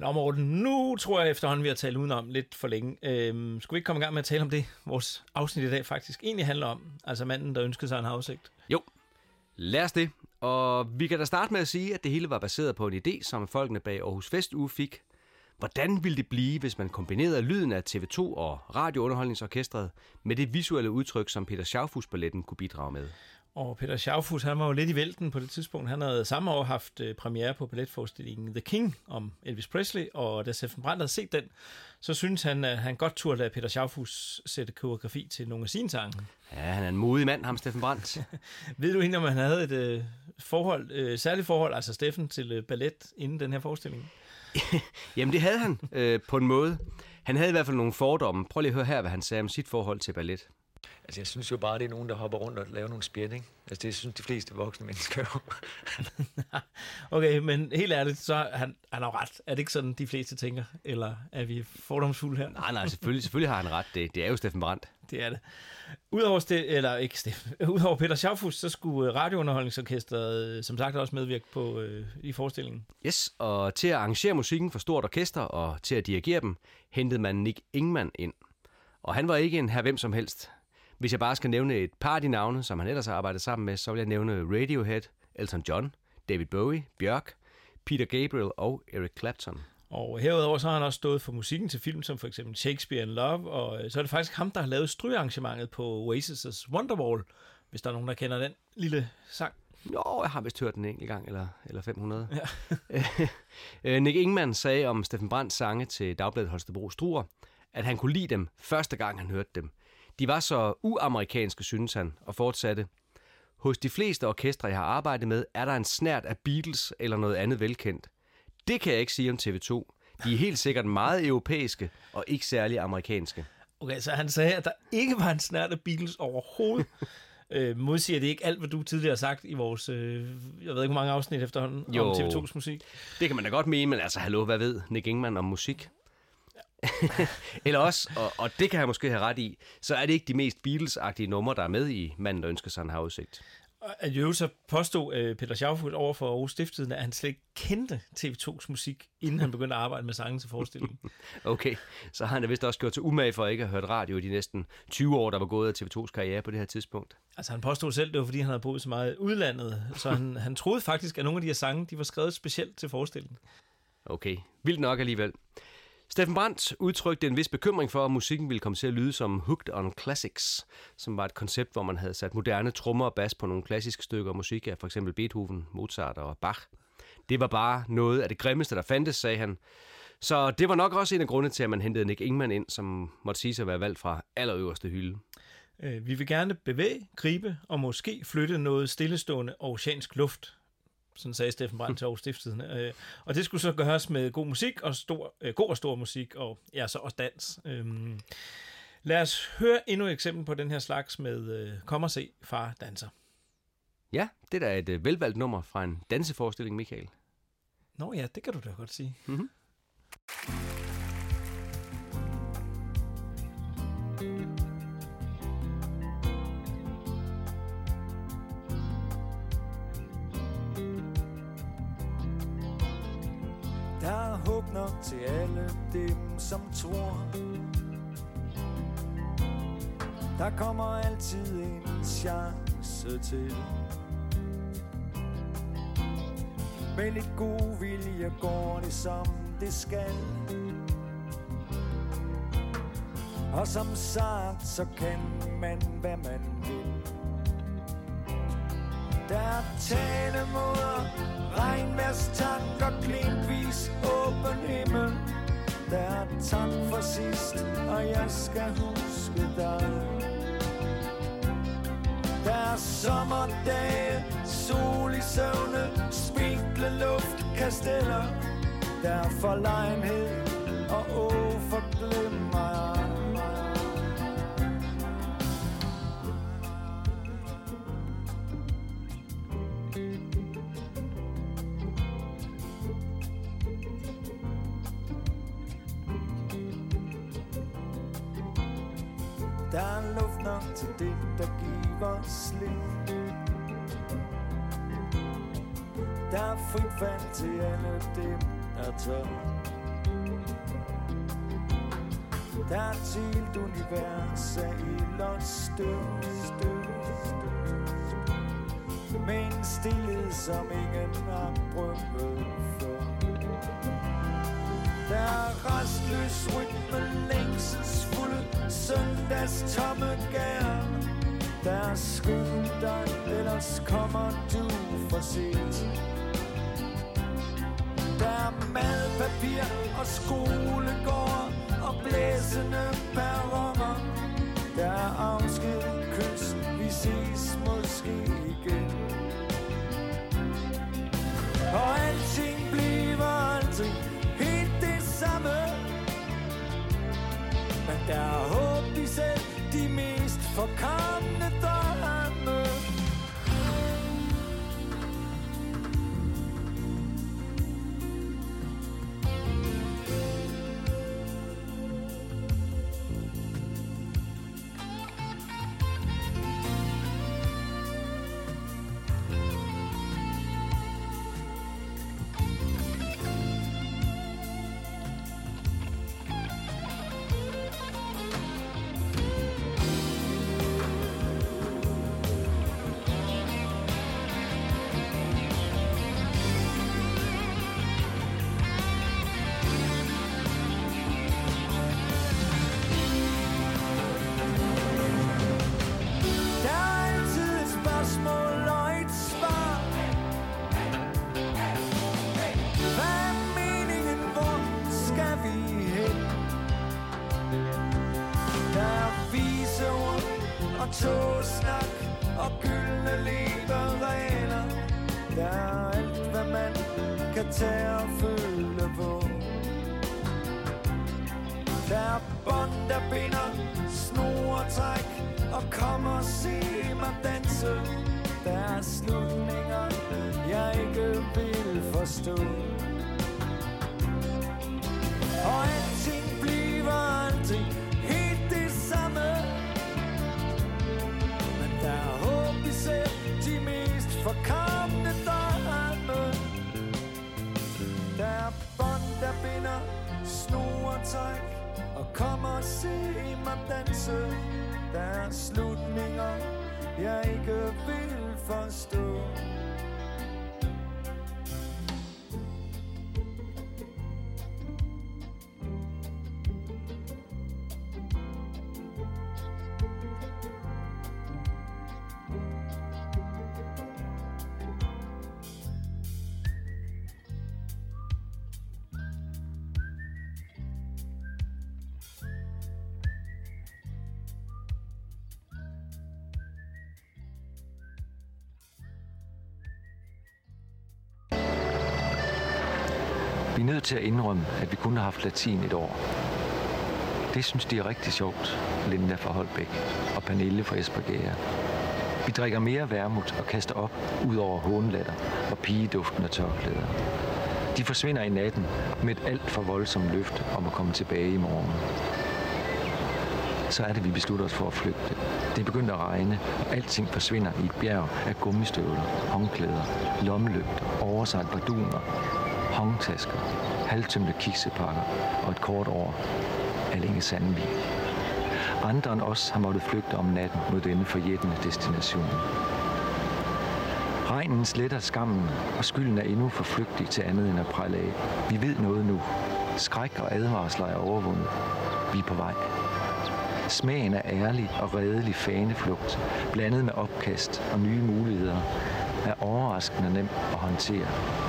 Speaker 1: Nå, Morten, nu tror jeg efterhånden, vi har talt udenom lidt for længe. Øhm, skulle vi ikke komme i gang med at tale om det, vores afsnit i dag faktisk egentlig handler om? Altså manden, der ønskede sig en havudsigt.
Speaker 2: Jo, lad os det. Og vi kan da starte med at sige, at det hele var baseret på en idé, som folkene bag Aarhus Festuge fik. Hvordan ville det blive, hvis man kombinerede lyden af T V to og radiounderholdningsorkestret med det visuelle udtryk, som Peter Schaufuss Balletten kunne bidrage med?
Speaker 1: Og Peter Schaufuss, han var jo lidt i vælten på det tidspunkt. Han havde samme år haft øh, premiere på balletforestillingen The King om Elvis Presley, og da Steffen Brandt havde set den, så synes han, at han godt turde lade Peter Schaufuss sætte koreografi til nogle af sine sange.
Speaker 2: Ja, han er en modig mand, ham Steffen Brandt.
Speaker 1: Ved du egentlig, om han havde et øh, forhold, øh, særligt forhold, altså Steffen, til øh, ballet inden den her forestilling?
Speaker 2: Jamen det havde han øh, på en måde. Han havde i hvert fald nogle fordomme. Prøv lige at høre her, hvad han sagde om sit forhold til ballet.
Speaker 7: Altså, jeg synes jo bare, det er nogen, der hopper rundt og laver nogle spjæt, ikke? Altså, det synes de fleste voksne mennesker jo.
Speaker 1: Okay, men helt ærligt, så han, han har jo ret. Er det ikke sådan, de fleste tænker? Eller er vi fordomsfulde her?
Speaker 2: Nej, nej, selvfølgelig, selvfølgelig har han ret. Det, det er jo Steffen Brandt.
Speaker 1: Det er det. Udover, Ste- eller ikke Steffen, udover Peter Schaufuss, så skulle radiounderholdningsorkestret som sagt også medvirke på øh, i forestillingen.
Speaker 2: Yes, og til at arrangere musikken for stort orkester og til at dirigere dem, hentede man Nick Ingman ind. Og han var ikke en her hvem som helst. Hvis jeg bare skal nævne et par af de navne, som han ellers har arbejdet sammen med, så vil jeg nævne Radiohead, Elton John, David Bowie, Bjørk, Peter Gabriel og Eric Clapton.
Speaker 1: Og herudover så har han også stået for musikken til film som for eksempel Shakespeare in Love, og så er det faktisk ham, der har lavet strygearrangementet på Oasis' Wonderwall, hvis der er nogen, der kender den lille sang.
Speaker 2: Jo, jeg har vist hørt den en enkelt gang, eller, eller fem hundrede. Ja. Nick Ingman sagde om Steffen Brandts sange til Dagbladet Holstebro Struer, at han kunne lide dem første gang, han hørte dem. De var så uamerikanske, synes han, og fortsatte. Hos de fleste orkestre, jeg har arbejdet med, er der en snert af Beatles eller noget andet velkendt. Det kan jeg ikke sige om T V to. De er helt sikkert meget europæiske og ikke særlig amerikanske.
Speaker 1: Okay, så han sagde, at der ikke var en snert af Beatles overhovedet. øh, modsiger det ikke alt, hvad du tidligere har sagt i vores, øh, jeg ved ikke, hvor mange afsnit efterhånden
Speaker 2: jo,
Speaker 1: om T V tos musik?
Speaker 2: Det kan man da godt mene, men altså, hallo, hvad ved Nick Ingman om musik? Eller også, og, og det kan jeg måske have ret i, så er det ikke de mest Beatles-agtige numre, der er med i Manden, der ønsker sig en havudsigt.
Speaker 1: At jo så påstod øh, Peter Schaufuss over for Aarhus Stiftstidende, at han slet ikke kendte T V tos musik, inden han begyndte at arbejde med sangen til forestillingen.
Speaker 2: Okay, så har han da vist også gjort til umage for ikke at have hørt radio i de næsten tyve år, der var gået af T V tos karriere på det her tidspunkt.
Speaker 1: Altså han påstod selv, det var fordi han havde boet så meget i udlandet, så han, han troede faktisk, at nogle af de her sange, de var skrevet specielt til forestillingen.
Speaker 2: Okay, vildt nok alligevel. Steffen Brandt udtrykte en vis bekymring for, at musikken ville komme til at lyde som Hooked on Classics, som var et koncept, hvor man havde sat moderne trommer og bas på nogle klassiske stykker musik af for eksempel Beethoven, Mozart og Bach. Det var bare noget af det grimmeste, der fandtes, sagde han. Så det var nok også en af grundene til, at man hentede Nick Ingman ind, som måtte sige sig at være valgt fra allerøverste hylde.
Speaker 1: Vi vil gerne bevæge, gribe og måske flytte noget stillestående oceansk luft. Sådan sagde Steffen Brandt til Aarhus Stiftstidende. Og det skulle så gøres med god musik, og stor, øh, god og stor musik, og ja, så også dans. Øhm, lad os høre endnu et eksempel på den her slags med øh, Kom og se, far danser.
Speaker 2: Ja, det er da et øh, velvalgt nummer fra en danseforestilling, Michael.
Speaker 1: Nå ja, det kan du da godt sige.
Speaker 2: Mm-hmm.
Speaker 5: Der er håb nok til alle dem, som tror. Der kommer altid en chance til. Med lidt god vilje går det som det skal. Og som sagt, så kan man hvad man vil. Der er talemåder, regnværstanker, klintvis åben himmel. Der er tak for sidst, og jeg skal huske dig. Der er sommerdage, sol i søvne, spinkle luftkasteller. Der er forlegenhed og uforglemmer. Der er luft nok til det, der giver slip. Der er frit fald til alle dem, der tør. Der er et helt univers af ild og støv, støv, støv. Med en stillhed, som ingen har prøvet før. Der er restløs rytme, længselsfulde søndags tomme gær. Der er skyld dig, ellers kommer du for sent. Der er madpapir og skolegård og blæsende perroner. Der er afsked, kys, vi ses måske igen. Og alting bliver aldrig helt det samme. Men der er håb i selv de mest forkomne drømme. Togsnak og gyldne leveregler. Der er alt, hvad man kan tage og føle på. Der er bånd, der binder, snoretræk og kom og se mig danse. Der er slutninger, jeg ikke vil forstå. Og alting bliver aldrig helt det samme. Der er håb i selv de mest forkomne drømme. Der er bånd, der binder, snoretræk og kom og se mig danse. Der er slutninger, jeg ikke vil forstå.
Speaker 4: Vi er nødt til at indrømme, at vi kun har haft latin et år. Det synes de er rigtig sjovt, Linda fra Holbæk og Pernille fra Espergærde. Vi drikker mere vermut og kaster op ud over hånlatter og pigeduften af tørklæder. De forsvinder i natten med et alt for voldsomt løfte om at komme tilbage i morgen. Så er det, vi beslutter os for at flygte. Det er begyndt at regne, og alting forsvinder i et bjerg af gummistøvler, håndklæder, lommelygter, oversat barduner, håndtasker, halvtømte kiksepakker og et kort år af Inge Sandvig. Andre end os har måttet flygte om natten mod denne forjættende destination. Regnen sletter skammen, og skylden er endnu for flygtig til andet end at prale af. Vi ved noget nu. Skræk og advarsler er overvundet. Vi er på vej. Smagen af ærlig og redelig faneflugt, blandet med opkast og nye muligheder, er overraskende nem at håndtere.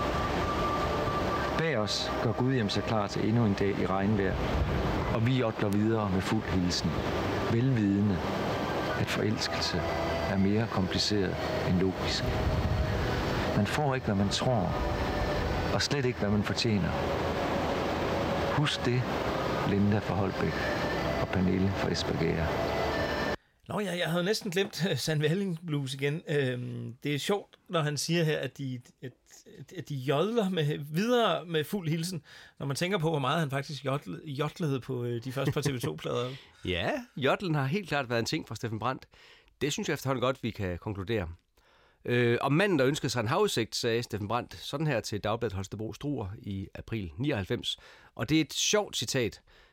Speaker 4: Bag os går Gudhjem sig klar til endnu en dag i regnvejr, og vi jodler videre med fuld hilsen, velvidende, at forelskelse er mere kompliceret end logisk. Man får ikke, hvad man tror, og slet ikke, hvad man fortjener. Husk det, Linda fra Holbæk og Pernille fra Espergærde.
Speaker 1: Nå ja, jeg havde næsten glemt Sand Velling Blues igen. Øhm, det er sjovt, når han siger her, at de, at, at de jodler med, videre med fuld hilsen, når man tænker på, hvor meget han faktisk jodlede, jodlede på de første par T V to-plader.
Speaker 2: Ja, jodlen har helt klart været en ting for Steffen Brandt. Det synes jeg efterhånden godt, vi kan konkludere. Øh, om manden, der ønskede sig en havudsigt, sagde Steffen Brandt sådan her til Dagbladet Holstebro Struer i april nioghalvfems. Og det er et sjovt citat,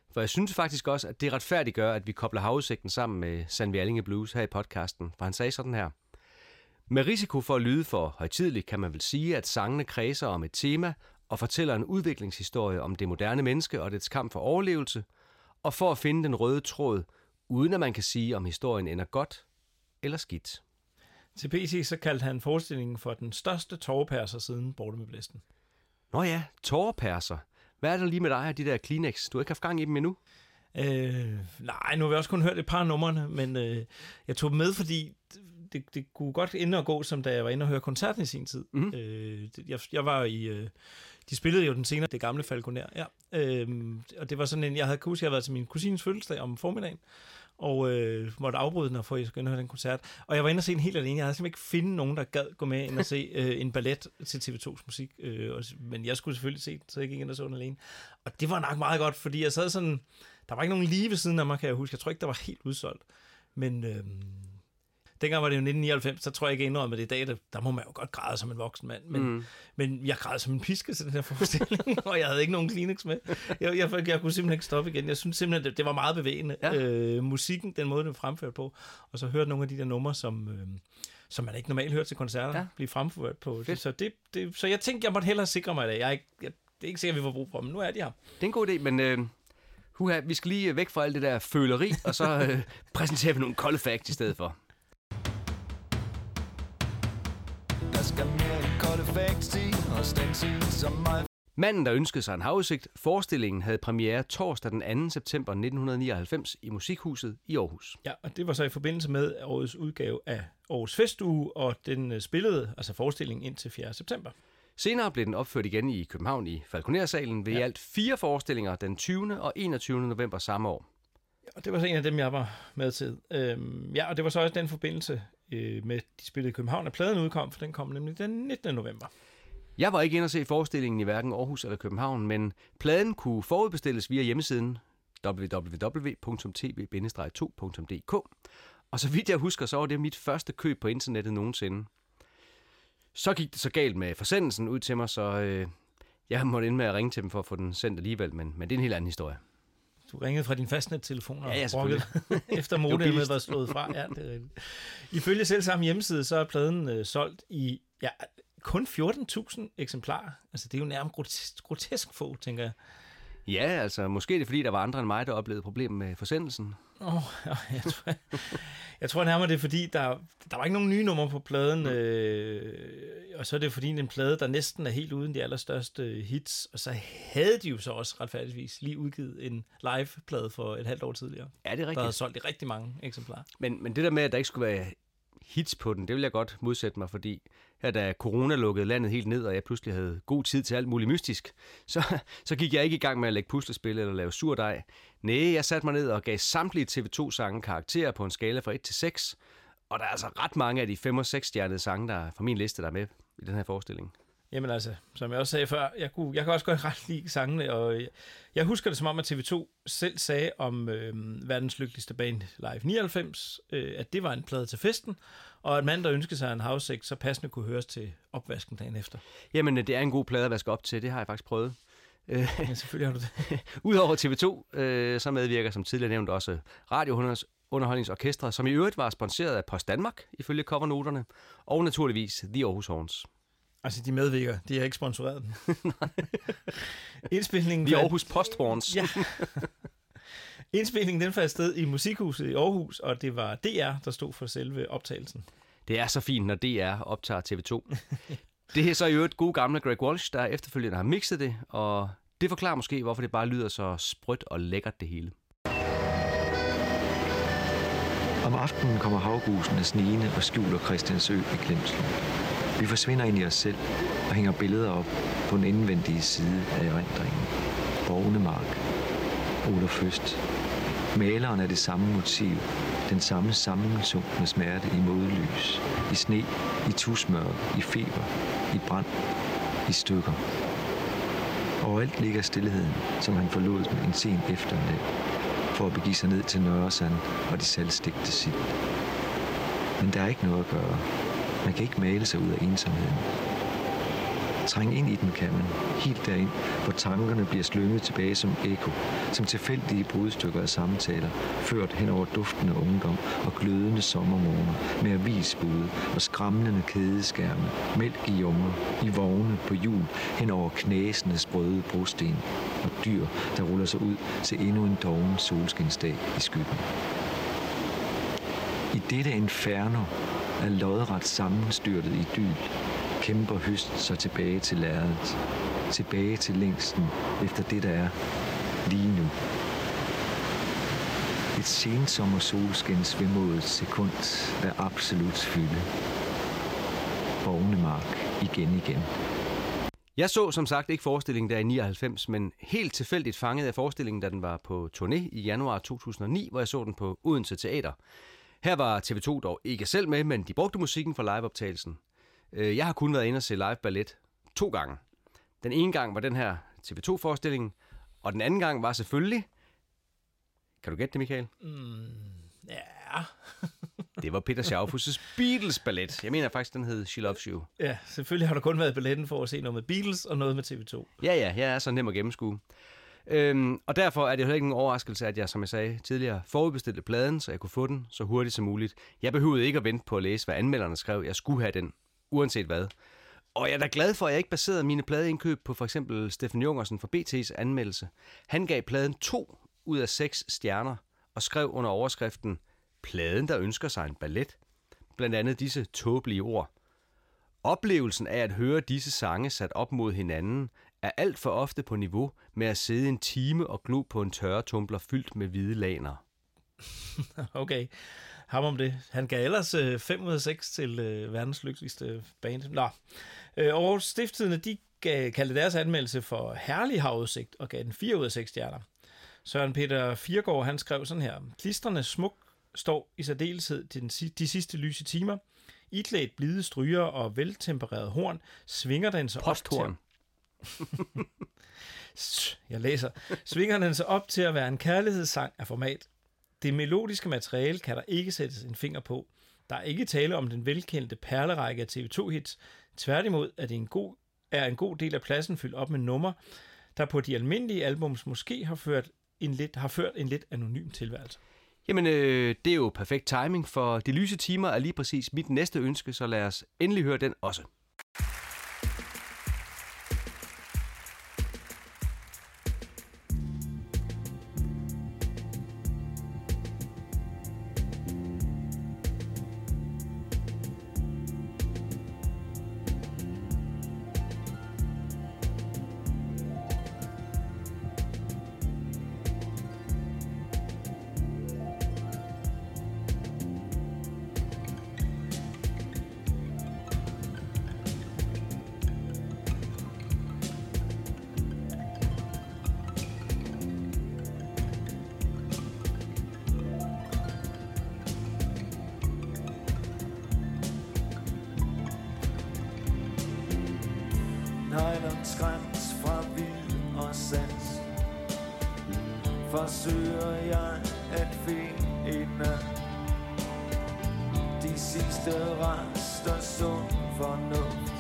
Speaker 2: For jeg synes faktisk også, at det retfærdiggør, at vi kobler havudsigten sammen med Sandvi Allinge Blues her i podcasten. For han sagde sådan her: med risiko for at lyde for højtideligt, kan man vel sige, at sangene kredser om et tema og fortæller en udviklingshistorie om det moderne menneske og dets kamp for overlevelse, og for at finde den røde tråd, uden at man kan sige, om historien ender godt eller skidt.
Speaker 1: Til P C så kaldte han forestillingen for den største tårerperser siden Borte med Blæsten.
Speaker 2: Nå ja, tårerperser. Hvad er der lige med dig og de der Kleenex? Du har ikke haft gang i dem endnu?
Speaker 1: Øh, nej, nu har vi også kun hørt et par af numrene, men øh, jeg tog dem med, fordi det, det kunne godt ende og gå, som da jeg var inde og høre koncerten i sin tid. Mm-hmm. Øh, jeg, jeg var i... Øh, de spillede jo den senere, det gamle Falconer, ja. Øh, og det var sådan en... Jeg havde huske, jeg havde været til min kusines fødselsdag om formiddagen, og øh, måtte afbryde den, og få, jeg skulle ind og høre den koncert. Og jeg var inde og se den helt alene. Jeg havde simpelthen ikke finde nogen, der gad gå med ind og se øh, en ballet til T V to's musik. Øh, og, men jeg skulle selvfølgelig se den, så jeg gik ind og så den alene. Og det var nok meget godt, fordi jeg sad sådan... Der var ikke nogen lige ved siden af mig, kan jeg huske. Jeg tror ikke, der var helt udsolgt. Men øh, dengang var det jo nitten nioghalvfems, så tror jeg ikke indrømme, at det i dag, der, der må man jo godt græde som en voksen mand. Men, mm. men jeg græd som en piske til den her forestilling, og jeg havde ikke nogen Kleenex med. Jeg, jeg, jeg, jeg kunne simpelthen ikke stoppe igen. Jeg synes simpelthen, det, det var meget bevægende. Ja. Øh, musikken, den måde, den fremført på. Og så hørte nogle af de der numre, som... Øh, som man ikke normalt hører til koncerter, ja. blive fremført på. Det, så, det, det, så jeg tænkte, jeg måtte hellere sikre mig det. Jeg er ikke, jeg, det er ikke sikkert, vi får brug for dem. Nu er de her.
Speaker 2: Det er en god idé, men... Øh... Huha, vi skal lige væk fra alt det der føleri, og så øh, præsenterer vi nogle kolde facts i stedet for.
Speaker 5: Der skal mere end kolde facts i, og stængs i som mig.
Speaker 2: Manden, der ønskede sig en havudsigt, forestillingen havde premiere torsdag den anden september nitten nioghalvfems i Musikhuset i Aarhus.
Speaker 1: Ja, og det var så i forbindelse med årets udgave af Aarhus Festuge, og den spillede altså forestillingen indtil fjerde september.
Speaker 2: Senere blev den opført igen i København i Falconer-salen ved ja. i alt fire forestillinger den tyvende og enogtyvende november samme år.
Speaker 1: Og det var så en af dem, jeg var med til. Øhm, ja, og det var så også den forbindelse øh, med, de spillede i København, at pladen udkom, for den kom nemlig den nittende november.
Speaker 2: Jeg var ikke inde at se forestillingen i hverken Aarhus eller København, men pladen kunne forudbestilles via hjemmesiden w w w punktum t b bindestreg to punktum d k. Og så vidt jeg husker, så var det mit første køb på internettet nogensinde. Så gik det så galt med forsendelsen ud til mig, så øh, jeg måtte ind med at ringe til dem for at få den sendt alligevel, men, men det er en helt anden historie.
Speaker 1: Du ringede fra din fastnettelefon og
Speaker 2: ja, ja,
Speaker 1: brokkede efter modemet var slået fra. Ja, det er rigtigt. Ifølge selv samme hjemmeside, så er pladen øh, solgt i ja, kun fjorten tusind eksemplarer. Altså, det er jo nærmest grotesk, grotesk få, tænker jeg.
Speaker 2: Ja, altså, måske er det fordi, der var andre end mig, der oplevede problemer med forsendelsen.
Speaker 1: Åh, oh, jeg, tror, jeg tror nærmere, det er fordi, der, der var ikke nogen nye numre på pladen, øh, og så er det fordi, det er en plade, der næsten er helt uden de allerstørste hits, og så havde de jo så også retfærdigvis lige udgivet en live-plade for et halvt år tidligere.
Speaker 2: Ja, det er rigtigt.
Speaker 1: Der havde solgt i rigtig mange eksemplarer.
Speaker 2: Men, men det der med, at der ikke skulle være hits på den, det vil jeg godt modsætte mig, fordi her da corona lukkede landet helt ned, og jeg pludselig havde god tid til alt muligt mystisk, så, så gik jeg ikke i gang med at lægge puslespil eller lave surdej. Næh, jeg satte mig ned og gav samtlige T V to-sange karakterer på en skala fra et til seks, og der er altså ret mange af de fem- og seks-stjernede sange, der er fra min liste, der er med i den her forestilling.
Speaker 1: Jamen altså, som jeg også sagde før, jeg, kunne, jeg kan også godt ret lide sangene, og jeg husker det som om, at T V to selv sagde om øh, verdens lykkeligste band Live nioghalvfems, øh, at det var en plade til festen, og at mand, der ønskede sig en house-sex, så passende kunne høres til opvasken dagen efter.
Speaker 2: Jamen, det er en god plade at vaske op til, det har jeg faktisk prøvet.
Speaker 1: Ja, selvfølgelig har du det.
Speaker 2: Udover T V to, øh, så medvirker som tidligere nævnt også Radiounderholdningsorkestret, som i øvrigt var sponsoreret af Post Danmark, ifølge covernoterne, og naturligvis The Aarhus Horns.
Speaker 1: Altså, de medvirker. De har ikke sponsoreret den. Indspilningen...
Speaker 2: The Aarhus Posthorns.
Speaker 1: Ja. Indspilningen den fandt sted i Musikhuset i Aarhus, og det var D R, der stod for selve optagelsen.
Speaker 2: Det er så fint, når D R optager T V to. Det er så i øvrigt gode gamle Greg Walsh, der efterfølgende har mixet det, og det forklarer måske, hvorfor det bare lyder så sprødt og lækkert det hele.
Speaker 4: Om aftenen kommer havgusene snigende og skjuler Christiansø i glemslen. Vi forsvinder ind i os selv og hænger billeder op på den indvendige side af erindringen. Borgnemark, Olaf Høst. Maleren er det samme motiv, den samme sammensunkne smerte i modlys, i sne, i tusmørke, i feber, i brand, i stykker. Overalt ligger stillheden, som han forlod med en sen eftermiddag, for at begive sig ned til Nørresand og de saltstigte sild. Men der er ikke noget at gøre. Man kan ikke male sig ud af ensomheden. Træng ind i den kan man, helt derind, hvor tankerne bliver slynget tilbage som ekko, som tilfældige brudstykker af samtaler, ført hen over duftende ungdom og glødende sommermorgener med avisbude og skramlende kædeskærme, mælk i jummer, i vogne på hjul hen over knæsende sprøde brosten og dyr, der ruller sig ud til endnu en doven solskinsdag i skyggen. I dette inferno er lodret sammenstyrtet idyl, kæmper høst sig tilbage til lærredet, tilbage til længsten efter det, der er lige nu. Et sensommer solskins vemodet sekund af absolut fylde. Borgnemark igen igen.
Speaker 2: Jeg så som sagt ikke forestillingen der i nioghalvfems, men helt tilfældigt fanget af forestillingen, da den var på turné i januar to tusind og ni, hvor jeg så den på Odense Teater. Her var T V to dog ikke selv med, men de brugte musikken for liveoptagelsen. Jeg har kun været inde og se live ballet to gange. Den ene gang var den her T V to-forestilling, og den anden gang var selvfølgelig... Kan du gætte det, Michael?
Speaker 1: Mm, ja.
Speaker 2: Det var Peter Schaufus' Beatles-ballet. Jeg mener faktisk, den hed She Loves You.
Speaker 1: Ja, selvfølgelig har du kun været i balletten for at se noget med Beatles og noget med T V to.
Speaker 2: Ja, ja, jeg er så nem at gennemskue. Øhm, og derfor er det heller ikke en overraskelse, at jeg, som jeg sagde tidligere, forudbestilte pladen, så jeg kunne få den så hurtigt som muligt. Jeg behøvede ikke at vente på at læse, hvad anmelderne skrev. Jeg skulle have den, uanset hvad. Og jeg er da glad for, at jeg ikke baserede mine pladeindkøb på for eksempel Steffen Jungersen fra B T's anmeldelse. Han gav pladen to ud af seks stjerner og skrev under overskriften "Pladen, der ønsker sig en ballet". Blandt andet disse tåbelige ord. Oplevelsen af at høre disse sange sat op mod hinanden er alt for ofte på niveau med at sidde en time og glo på en tørretumbler fyldt med hvide laner.
Speaker 1: Okay, ham om det. Han gav ellers øh, fem ud af seks til øh, verdens lykkeligste band. Nå. Øh, og Stiftstidende, de gav, kaldte deres anmeldelse for herlig havudsigt og gav den fire ud af seks stjerner. Søren Peter Fiergaard, han skrev sådan her: "Klistrende smuk står i særdeleshed til den, de sidste lyse timer. Iklædt blide stryger og veltempereret horn svinger den sig
Speaker 2: Posthorn.
Speaker 1: op til... Jeg læser. Svinger den sig op til at være en kærlighedssang af format. Det melodiske materiale kan der ikke sættes en finger på. Der er ikke tale om den velkendte perlerække af T V to-hits. Tværtimod er det en god, er en god del af pladsen fyldt op med numre, der på de almindelige albums måske har ført en lidt, har ført en lidt anonym tilværelse."
Speaker 2: Jamen, øh, det er jo perfekt timing, for de lyse timer er lige præcis mit næste ønske, så lad os endelig høre den også.
Speaker 5: Nylonskræms fra vild og sans forsøger jeg at finde de sidste rester sund fornuft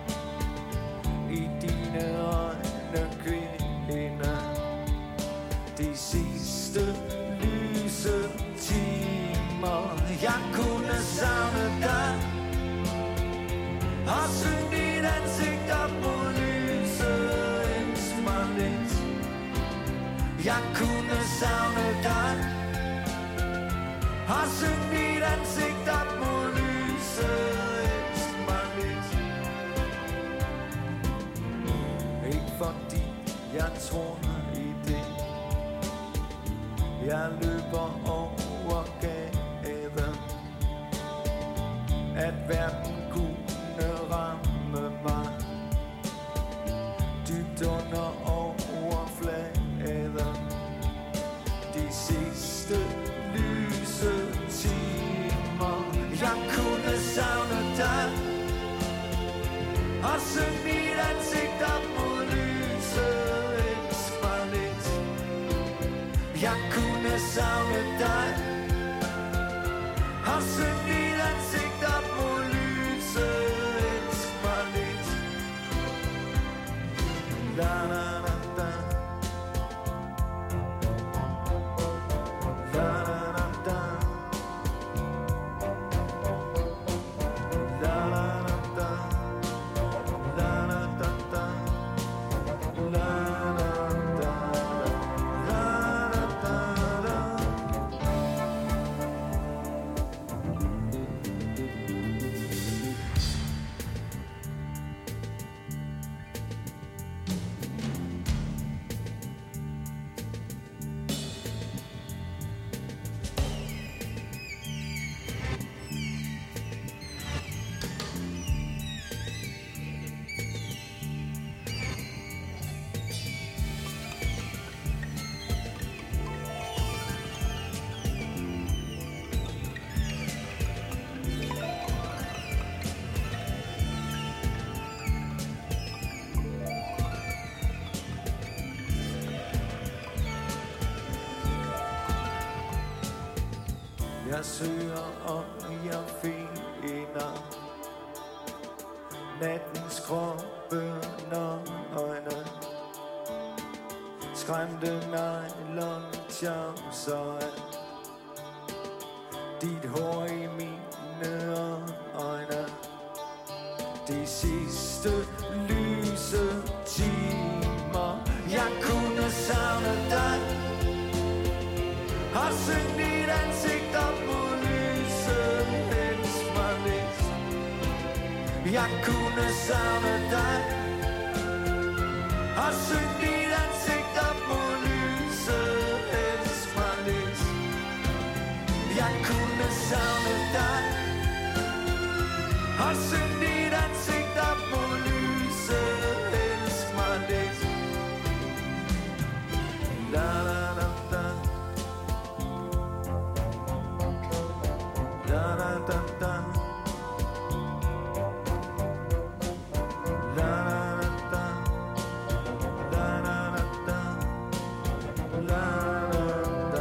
Speaker 5: i dine øjne, kvinde. De sidste lyse timer jeg kunne savne dig og synge dit ansigt op mod lyset, ønsk mig lidt. Jeg kunne savne dig og synge dit ansigt op mod lyset, ønsk mig lidt. Ikke fordi jeg tror i det, jeg løber over gaden, at verden kunne ramme mig dybt under overfladen. De sidste lyse timer jeg kunne savne dig og synge dit ansigt op mod lyset, ønsk mig lidt. Jeg kunne savne dig og synge dit ansigt op mod lyset, ønsk mig lidt. Jeg søger og jeg finder nattens kroppe øjne. Skræmte nylon tjavser. Dit hår i mine øjne. De sidste lyse timer. Jeg kunne savne dig. Har syngt dit ansigt op mod lyset. Elsk mig lidt. Jeg kunne savne dig. Har syngt dit ansigt op mod lyset. Elsk mig lidt. Jeg kunne savne dig. Har syngt dit ansigt op mod lyset. Elsk mig lidt. La la la la. La la la la. La la la la. La la la la. La la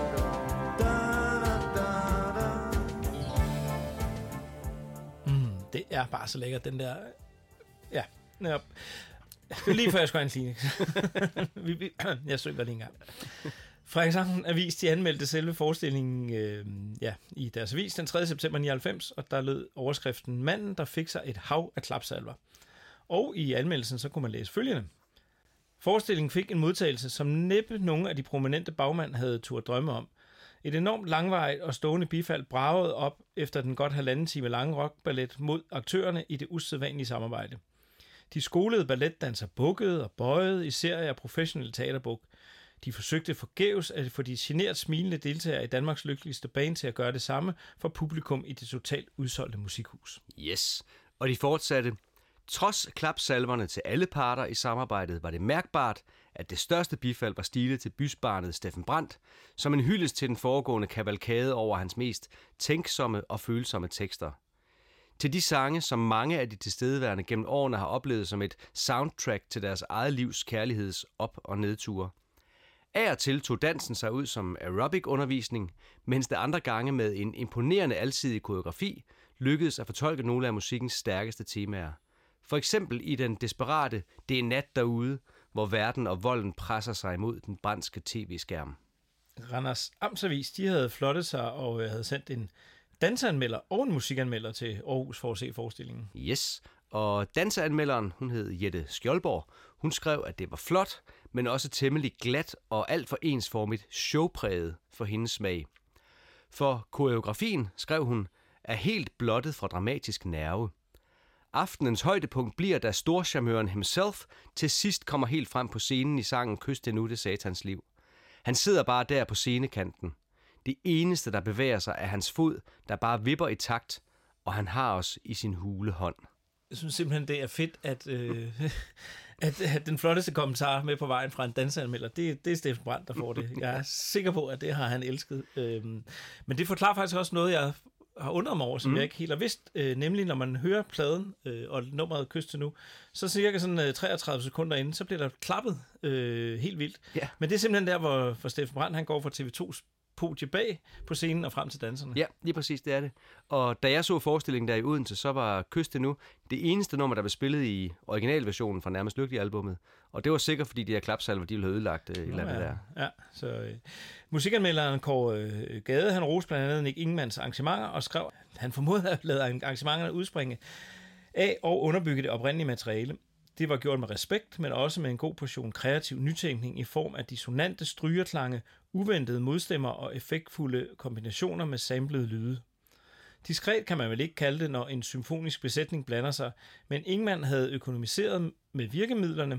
Speaker 5: la la.
Speaker 1: Mm, det er bare så lækkert, den der... Ja, netop. Det er lige før, jeg skulle have en Kleenex. Vi- vi- jeg synger lige en gang. Frederikshavn Avis, de anmeldte selve forestillingen øh, ja, i deres avis den tredje september nioghalvfems, og der lød overskriften Manden, der fik sig et hav af klapsalver. Og i anmeldelsen så kunne man læse følgende. Forestillingen fik en modtagelse, som næppe nogen af de prominente bagmænd havde turde drømme om. Et enormt langvarigt og stående bifald bragede op efter den godt halvanden time lange rockballet mod aktørerne i det usædvanlige samarbejde. De skolede balletdansere bukkede og bøjede i serier af professionelle teaterbuk. De forsøgte forgæves at få de genert smilende deltagere i Danmarks lykkeligste band til at gøre det samme for publikum i det totalt udsolgte musikhus.
Speaker 2: Yes, og de fortsatte. Trods klapsalverne til alle parter i samarbejdet, var det mærkbart, at det største bifald var stilet til bysbarnet Steffen Brandt, som en hyldest til den foregående kavalkade over hans mest tænksomme og følsomme tekster. Til de sange, som mange af de tilstedeværende gennem årene har oplevet som et soundtrack til deres eget livs kærligheds op- og nedture. Af og til tog dansen sig ud som aerobic-undervisning, mens det andre gange med en imponerende alsidig koreografi lykkedes at fortolke nogle af musikkens stærkeste temaer. For eksempel i den desperate Det er nat derude, hvor verden og volden presser sig imod den brandske tv-skærm.
Speaker 1: Randers Amtsavis, de havde flottet sig og øh, havde sendt en danseanmelder og en musikanmelder til Aarhus for at se forestillingen.
Speaker 2: Yes, og danseanmelderen, hun hed Jette Skjoldborg, hun skrev, at det var flot, men også temmelig glat og alt for ensformigt showpræget for hendes smag. For koreografien, skrev hun, er helt blottet fra dramatisk nerve. Aftenens højdepunkt bliver, da storcharmøren himself til sidst kommer helt frem på scenen i sangen Kys det nu, det satans liv. Han sidder bare der på scenekanten. Det eneste, der bevæger sig, er hans fod, der bare vipper i takt, og han har os i sin hule hånd.
Speaker 1: Jeg synes simpelthen, det er fedt, at, øh, at, at den flotteste kommentar med på vejen fra en danseanmelder, det, det er Steffen Brandt, der får det. Jeg er sikker på, at det har han elsket. Øhm, men det forklarer faktisk også noget, jeg har undret mig over, som mm. jeg ikke helt har vidst. Øh, nemlig, når man hører pladen øh, og nummeret Kys til nu, så cirka sådan øh, treogtredive sekunder inden, så bliver der klappet øh, helt vildt.
Speaker 2: Ja.
Speaker 1: Men det er simpelthen der, hvor, hvor Steffen Brandt han går fra T V to's podie bag på scenen og frem til danserne.
Speaker 2: Ja, lige præcis, det er det. Og da jeg så forestillingen der i Odense, så var Kys det nu det eneste nummer, der blev spillet i originalversionen fra Nærmest Lykkelig-albummet. Og det var sikkert, fordi de her klapsalver, de ville have ødelagt øh, et eller andet
Speaker 1: ja.
Speaker 2: der.
Speaker 1: Ja, så øh, musikanmelderen Kåre øh, Gade, han roste blandt andet Nick Ingemanns arrangementer og skrev, at han formodede at lade arrangementerne udspringe af og underbygge det oprindelige materiale. Det var gjort med respekt, men også med en god portion kreativ nytænkning i form af dissonante strygerklange, uventede modstemmer og effektfulde kombinationer med samlede lyde. Diskret kan man vel ikke kalde det, når en symfonisk besætning blander sig, men Ingemann havde økonomiseret med virkemidlerne.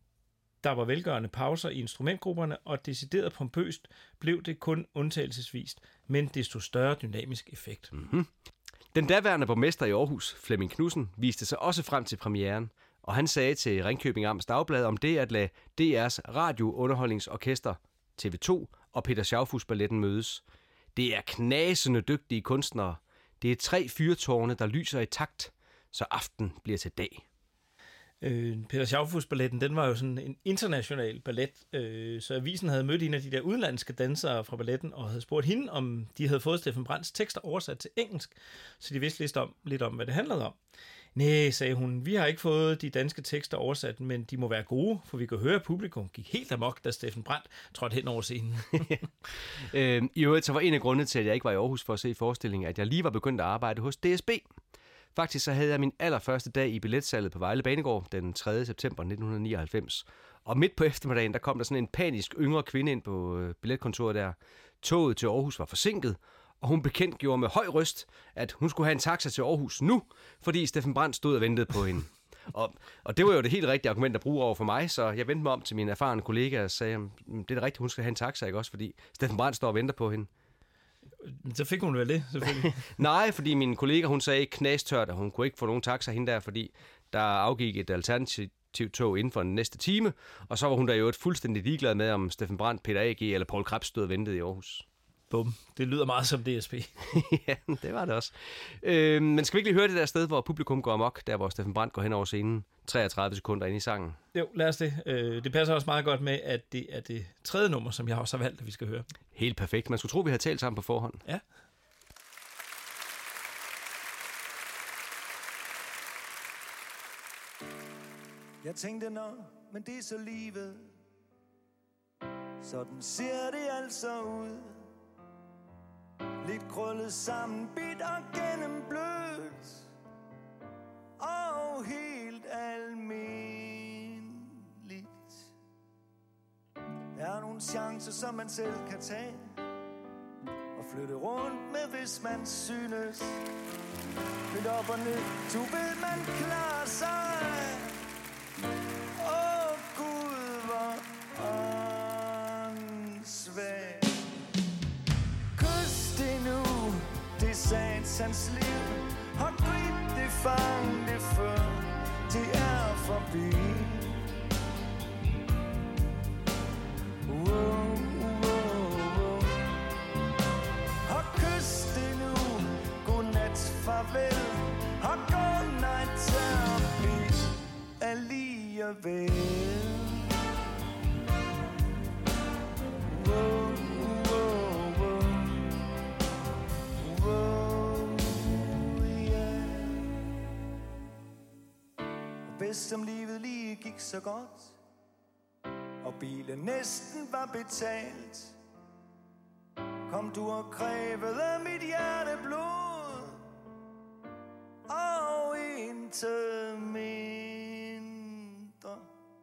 Speaker 1: Der var velgørende pauser i instrumentgrupperne, og decideret pompøst blev det kun undtagelsesvist, men desto større dynamisk effekt.
Speaker 2: Mm-hmm. Den daværende borgmester i Aarhus, Flemming Knudsen, viste sig også frem til premieren, og han sagde til Ringkøbing Amts Dagblad om det at lade D R's radiounderholdningsorkester, T V to og Peter Schaufuss Balletten mødes. Det er knasende dygtige kunstnere. Det er tre fyrtårne, der lyser i takt, så aften bliver til dag.
Speaker 1: Øh, Peter Schaufus-balletten, den var jo sådan en international ballet, øh, så avisen havde mødt en af de der udenlandske dansere fra balletten, og havde spurgt hende, om de havde fået Steffen Brandts tekster oversat til engelsk, så de vidste lidt om, lidt om hvad det handlede om. Næh, sagde hun, vi har ikke fået de danske tekster oversat, men de må være gode, for vi kan høre, at publikum gik helt amok, da Steffen Brandt trådte hen over scenen.
Speaker 2: øh, I øvrigt, så var en af grundene til, at jeg ikke var i Aarhus for at se forestillingen, at jeg lige var begyndt at arbejde hos D S B. Faktisk så havde jeg min allerførste dag i billetsalget på Vejle Banegård den tredje september nitten nioghalvfems. Og midt på eftermiddagen, der kom der sådan en panisk yngre kvinde ind på øh, billetkontoret der. Toget til Aarhus var forsinket, og hun bekendtgjorde med høj røst, at hun skulle have en taxa til Aarhus nu, fordi Steffen Brandt stod og ventede på hende. Og, og det var jo det helt rigtige argument at bruge over for mig, så jeg vendte mig om til min erfarne kollega og sagde, det er det rigtigt, hun skal have en taxa, ikke også, fordi Steffen Brandt står og venter på hende.
Speaker 1: Så fik hun vel det, selvfølgelig.
Speaker 2: Nej, fordi min kollega, hun sagde knastørt, at hun kunne ikke få nogen taxa hende der, fordi der afgik et alternativt tog inden for den næste time, og så var hun der jo et fuldstændig ligeglad med, om Steffen Brandt, Peter A G eller Poul Krebs stod og ventede i Aarhus.
Speaker 1: Bum. Det lyder meget som D S B.
Speaker 2: Ja, det var det også. Øh, men skal vi ikke lige høre det der sted, hvor publikum går amok, der hvor Steffen Brandt går hen over scenen, treogtredive sekunder inde i sangen?
Speaker 1: Jo, lad os det. Øh, det passer også meget godt med, at det er det tredje nummer, som jeg også har valgt, at vi skal høre.
Speaker 2: Helt perfekt. Man skulle tro, vi havde talt sammen på forhånd.
Speaker 1: Ja.
Speaker 5: Jeg tænkte, nå, men det er så livet. Sådan ser det altså ud. Lidt krøllet sammen, bit og gennemblødt. Og helt almindeligt. Der er nogle chancer, som man selv kan tage. Og flytte rundt med, hvis man synes. Lidt op og ned, du ved, man klarer sig. Åh, oh, Gud, hvor åndssvagt. Kys det nu, det satans liv. Og grib det, fang det før det er forbi. Wow, wow, wow. Og kys det nu, godnat, farvel. Og godnat til at blive alligevel. Wow, wow, wow. Wow, yeah. Og bedst om livet lige gik så godt, og bilen næsten var betalt, kom du og krævede mit hjerteblod, og intet mindre.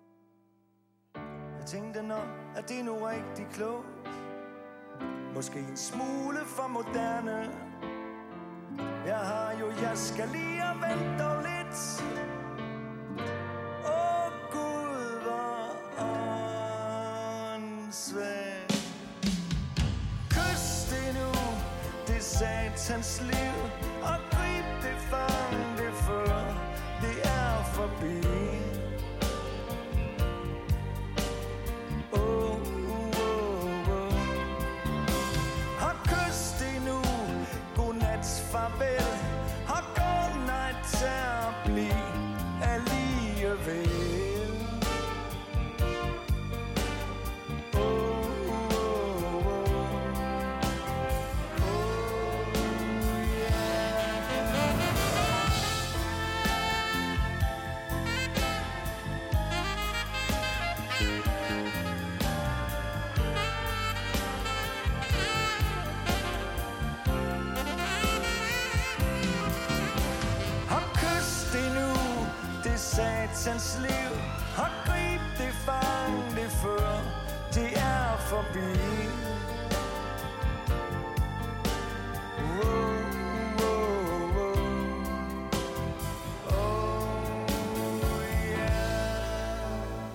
Speaker 5: Jeg tænkte, nå, er det nu rigtig klogt? Måske en smule for moderne. Jeg har jo, jeg skal lige og vente dog lidt. Åh, oh, Gud, hvor åndssvagt. Kys det nu, det satans liv. Og grib det, fang det før det er forbi. Farvel, og godnat til at blive alligevel. Oh, oh, oh, oh, yeah. Satans liv, og grib det, fang det før det er forbi. Wow, wow, wow. Oh, yeah.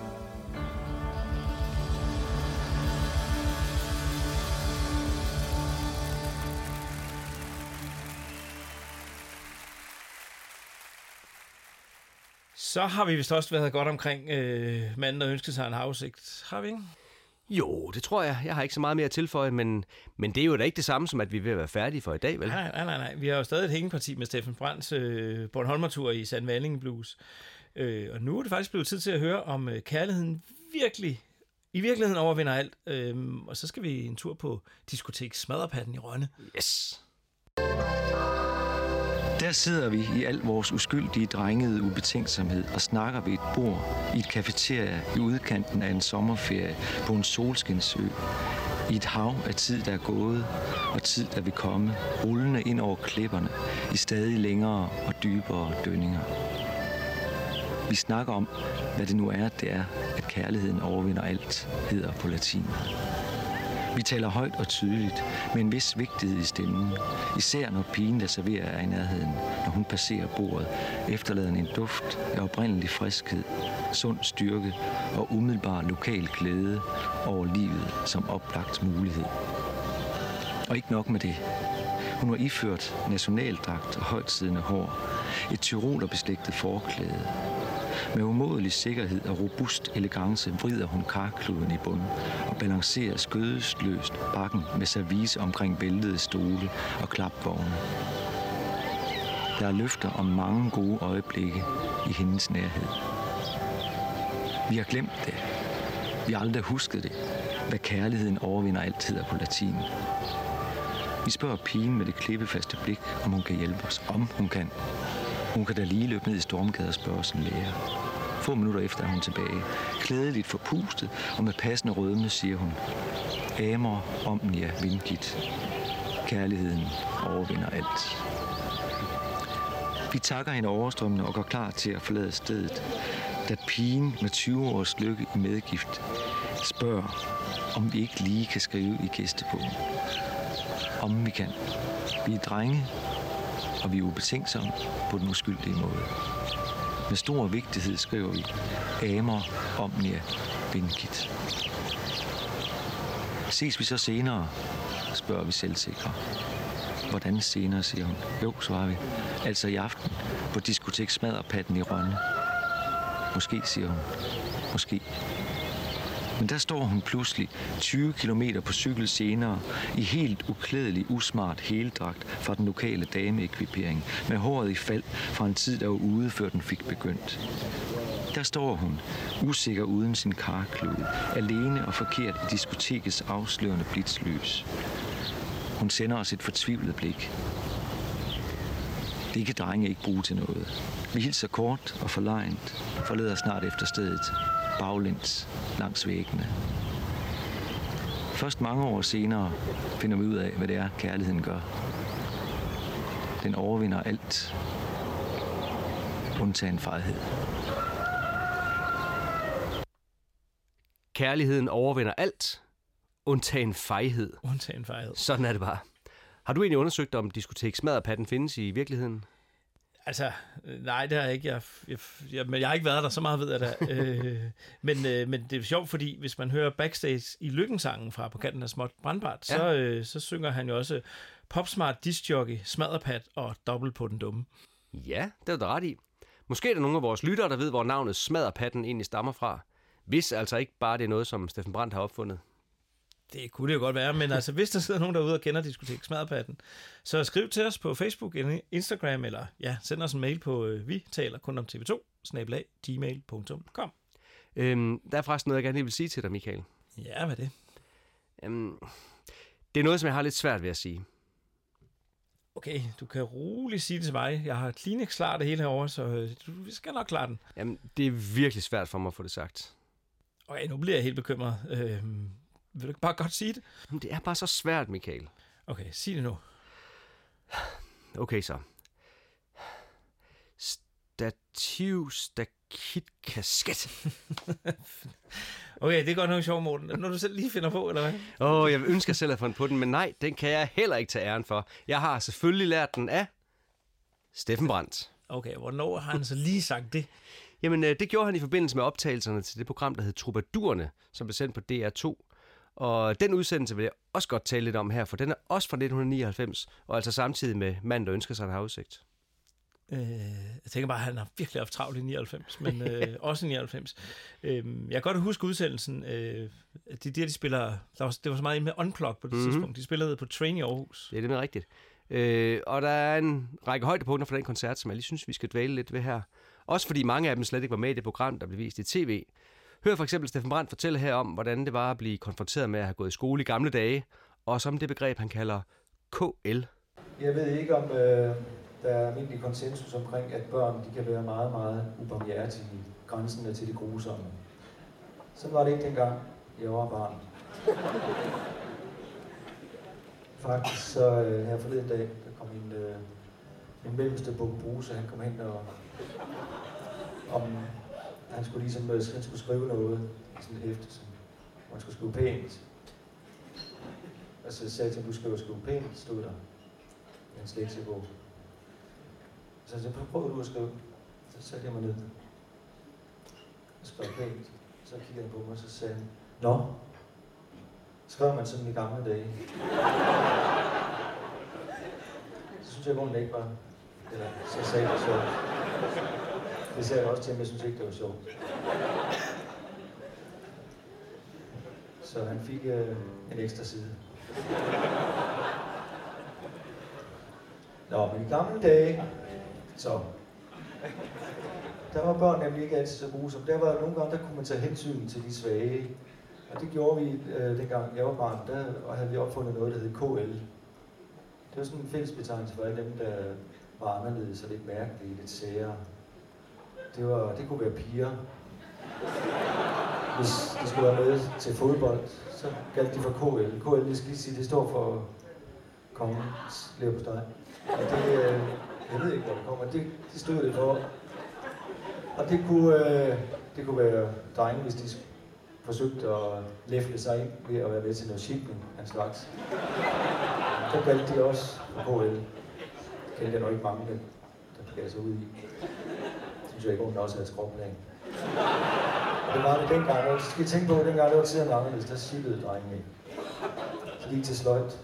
Speaker 1: Så har vi vist også været godt omkring øh, manden, der ønskede sig en havudsigt. Har vi ikke?
Speaker 2: Jo, det tror jeg. Jeg har ikke så meget mere at tilføje, men, men det er jo da ikke det samme som, at vi er ved at være færdige for i dag, vel?
Speaker 1: Nej, nej, nej. nej. Vi har jo stadig et hængeparti med Steffen Brandts øh, Bornholmer-tur i Sand Valling Blues. Øh, og nu er det faktisk blevet tid til at høre, om øh, kærligheden virkelig, i virkeligheden overvinder alt. Øh, og så skal vi en tur på diskotek Smadderpatten i Rønne.
Speaker 2: Yes!
Speaker 4: Der sidder vi i al vores uskyldige, drengede ubetænksomhed og snakker ved et bord i et cafeteria i udkanten af en sommerferie på en solskinsø. I et hav af tid, der er gået, og tid, der vil komme, rullende ind over klipperne i stadig længere og dybere dønninger. Vi snakker om, hvad det nu er, det er, at kærligheden overvinder alt, hedder på latin. Vi taler højt og tydeligt, med en vis vigtighed i stemmen. Især når pigen, der serverer, er i nærheden, når hun passerer bordet, efterlader en duft af oprindelig friskhed, sund styrke og umiddelbar lokal glæde over livet som oplagt mulighed. Og ikke nok med det. Hun var iført nationaldragt og højtsiddende hår, et tyrolerbeslægtet forklæde. Med umådelig sikkerhed og robust elegance vrider hun karkluden i bunden og balancerer skødesløst bakken med service omkring væltede stole og klapvogne. Der er løfter om mange gode øjeblikke i hendes nærhed. Vi har glemt det. Vi har aldrig husket det, hvad kærligheden overvinder alt hedder på latin. Vi spørger pigen med det klippefaste blik, om hun kan hjælpe os. Om hun kan. Hun kan da lige løbe ned i Stormgade og spørge sin lærer. Få minutter efter er hun tilbage. Klædeligt forpustet og med passende rødme siger hun: Amor omnia vincit. Kærligheden overvinder alt. Vi takker hende overstrømmende og går klar til at forlade stedet, da pigen med tyve års lykke i medgift spørger, om vi ikke lige kan skrive i gæstebogen. Om vi kan. Vi er drenge, og vi er ubetænksomme på den uskyldige måde. Med stor vigtighed skriver vi: Amor omnia vincit. Ses vi så senere, spørger vi selvsikre. Hvordan senere, siger hun. Jo, svarer vi. Altså i aften på diskotek Smadderpatten i Rønne. Måske, siger hun. Måske. Men der står hun pludselig tyve kilometer på cykel senere i helt uklædelig, usmart heldragt fra den lokale dameekvipering, med håret i fald fra en tid, der var ude, før den fik begyndt. Der står hun, usikker uden sin karklude, alene og forkert i diskotekets afslørende blitzlys. Hun sender os et fortvivlet blik. Det kan drenge ikke bruge til noget. Vi hilser kort og forlegent, forlader snart efter stedet, baglæns langs væggene. Først mange år senere finder vi ud af, hvad det er, kærligheden gør. Den overvinder alt, undtagen fejhed.
Speaker 2: Kærligheden overvinder alt, undtagen fejhed.
Speaker 1: Undtagen fejhed.
Speaker 2: Sådan er det bare. Har du egentlig undersøgt, om diskotek Smadderpatten findes i virkeligheden?
Speaker 1: Altså, nej, det har jeg ikke. Jeg, jeg, jeg, men jeg har ikke været der, så meget ved jeg da. øh, men, øh, men det er sjovt, fordi hvis man hører Backstage i Lykkensangen fra På kanten af småt brandbart, ja. så, øh, så synger han jo også Popsmart Discjockey, Smadderpat og Dobbelt på den dumme.
Speaker 2: Ja, det er du ret i. Måske er der nogle af vores lyttere, der ved, hvor navnet Smadderpatten egentlig stammer fra. Hvis altså ikke bare det er noget, som Steffen Brandt har opfundet.
Speaker 1: Det kunne det jo godt være, men altså, hvis der sidder nogen derude og kender diskotek Smadderpatten, så skriv til os på Facebook eller Instagram, eller ja, send os en mail på øh, vi taler kun om T V to snabel-a gmail punktum com.
Speaker 2: Øhm, der er faktisk noget, jeg gerne vil sige til dig, Michael.
Speaker 1: Ja, hvad er det?
Speaker 2: Øhm, det er noget, som jeg har lidt svært ved at sige.
Speaker 1: Okay, du kan roligt sige det til mig. Jeg har Kleenex klar det hele herovre, så øh, du skal nok klare den.
Speaker 2: Jamen, det er virkelig svært for mig at få det sagt.
Speaker 1: Okay, nu bliver jeg helt bekymret. Øh, vil du ikke bare godt sige det?
Speaker 2: Jamen, det er bare så svært, Michael.
Speaker 1: Okay, sig det nu.
Speaker 2: Okay, så. Stativ, stakit, kasket.
Speaker 1: Okay, det er godt nok sjovt, Morten. Når du selv lige finder på, eller hvad?
Speaker 2: Åh, oh, jeg ønsker selv at få på den, men nej, den kan jeg heller ikke tage æren for. Jeg har selvfølgelig lært den af Steffen Brandt.
Speaker 1: Okay, hvornår har han så lige sagt det?
Speaker 2: Jamen, det gjorde han i forbindelse med optagelserne til det program, der hed Troubadourerne, som blev sendt på D R to. Og den udsendelse vil jeg også godt tale lidt om her, for den er også fra nitten nioghalvfems, og altså samtidig med Manden, der ønsker sig en havudsigt.
Speaker 1: Øh, jeg tænker bare, at han har virkelig haft travlt i nioghalvfems, men øh, også i nioghalvfems. Øh, jeg kan godt huske udsendelsen. Øh, de, de, de spiller, der var, det var så meget med Unplugged på det mm-hmm. tidspunkt. De spillede på Train i Aarhus.
Speaker 2: Det er det med rigtigt. Øh, og der er en række højdepunkter for den koncert, som jeg lige synes, vi skal dvæle lidt ved her. Også fordi mange af dem slet ikke var med i det program, der blev vist i tv. Hør for eksempel Steffen Brandt fortælle her om, hvordan det var at blive konfronteret med at have gået i skole i gamle dage, og som det begreb, han kalder K L.
Speaker 8: Jeg ved ikke, om øh, der er almindelig konsensus omkring, at børn de kan være meget, meget ubarmhjertige. Grænsen er til det grusomme. Sådan var det ikke dengang, jeg var barn. Faktisk så øh, her forleden dag, der kom min, øh, min mellemste Bukke Bruse, han kom hen og om han skulle ligesom han skulle skrive noget i sådan et hæfte, som man skulle skrive pænt. Og så sagde jeg til ham, du skal jo skrive pænt, stod der i hans lektiebog. Så jeg sagde, prøv du at skrive. Så satte jeg mig ned og skrev pænt. Så kiggede han på mig, og så sagde han, nå, skrev man sådan i gamle dage. Så synes jeg, at grunden ikke var, eller så sagde jeg det sjovt. Det sagde jeg også til ham, jeg synes ikke, det var sjovt. Så han fik øh, en ekstra side. Nå, men i gamle dage, så der var børn nemlig ikke altid så gode, som der var nogle gange, der kunne man tage hensyn til de svage. Og det gjorde vi øh, dengang jeg var barn, der havde vi opfundet noget, der hed K L. Det var sådan en fælles betegnelse for alle dem, der var anderledes og lidt mærkelige, lidt sære. Det, var, det kunne være piger. Hvis de skulle være med til fodbold, så galt de for K L. K L, det skal lige sige, det står for kongens leverpostej. Og det, øh, jeg ved ikke, hvor det kommer, det, det stod det for. Og det kunne, øh, det kunne være drenge, hvis de forsøgte at læfle sig ind ved at være med til noget shipning af slags. Så galt de også for K L. Det kendte jeg nok ikke mange, der begav sig ud i. Det synes jeg ikke, hun også havde skråplan. Og det var det dengang, og så skal I tænke på, at dengang det var tiden anderledes, der shippede drengene. Så gik til sløjt.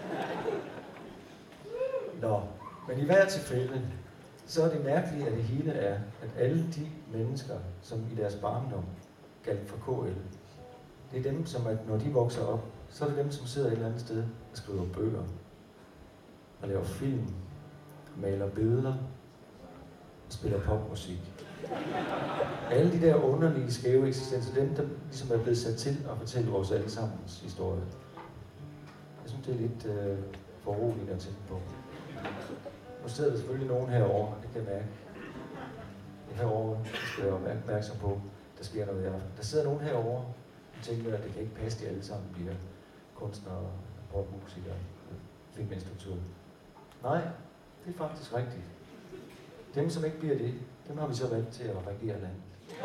Speaker 8: Nå, men i hvert tilfælde, så er det mærkeligt, at det hele er, at alle de mennesker, som i deres barndom galt for K L, det er dem, som at når de vokser op, så er det dem, som sidder et eller andet sted og skriver bøger, og laver film, maler billeder og spiller popmusik. Alle de der underlige, skæve eksistenser, dem, der ligesom er blevet sat til at fortælle vores allesammens historie. Jeg synes, det er lidt øh, foruroligende at tænke på. Nu sidder der selvfølgelig nogen herovre, det kan jeg mærke. Herovre skal jeg være opmærksom på, der sker noget i aften. Der sidder nogen herovre, og tænker, at det kan ikke passe, at de alle sammen bliver kunstnere, popmusikere, filminstruktører. Nej, det er faktisk rigtigt. Dem, som ikke bliver det, dem har vi så valgt til at regere landet.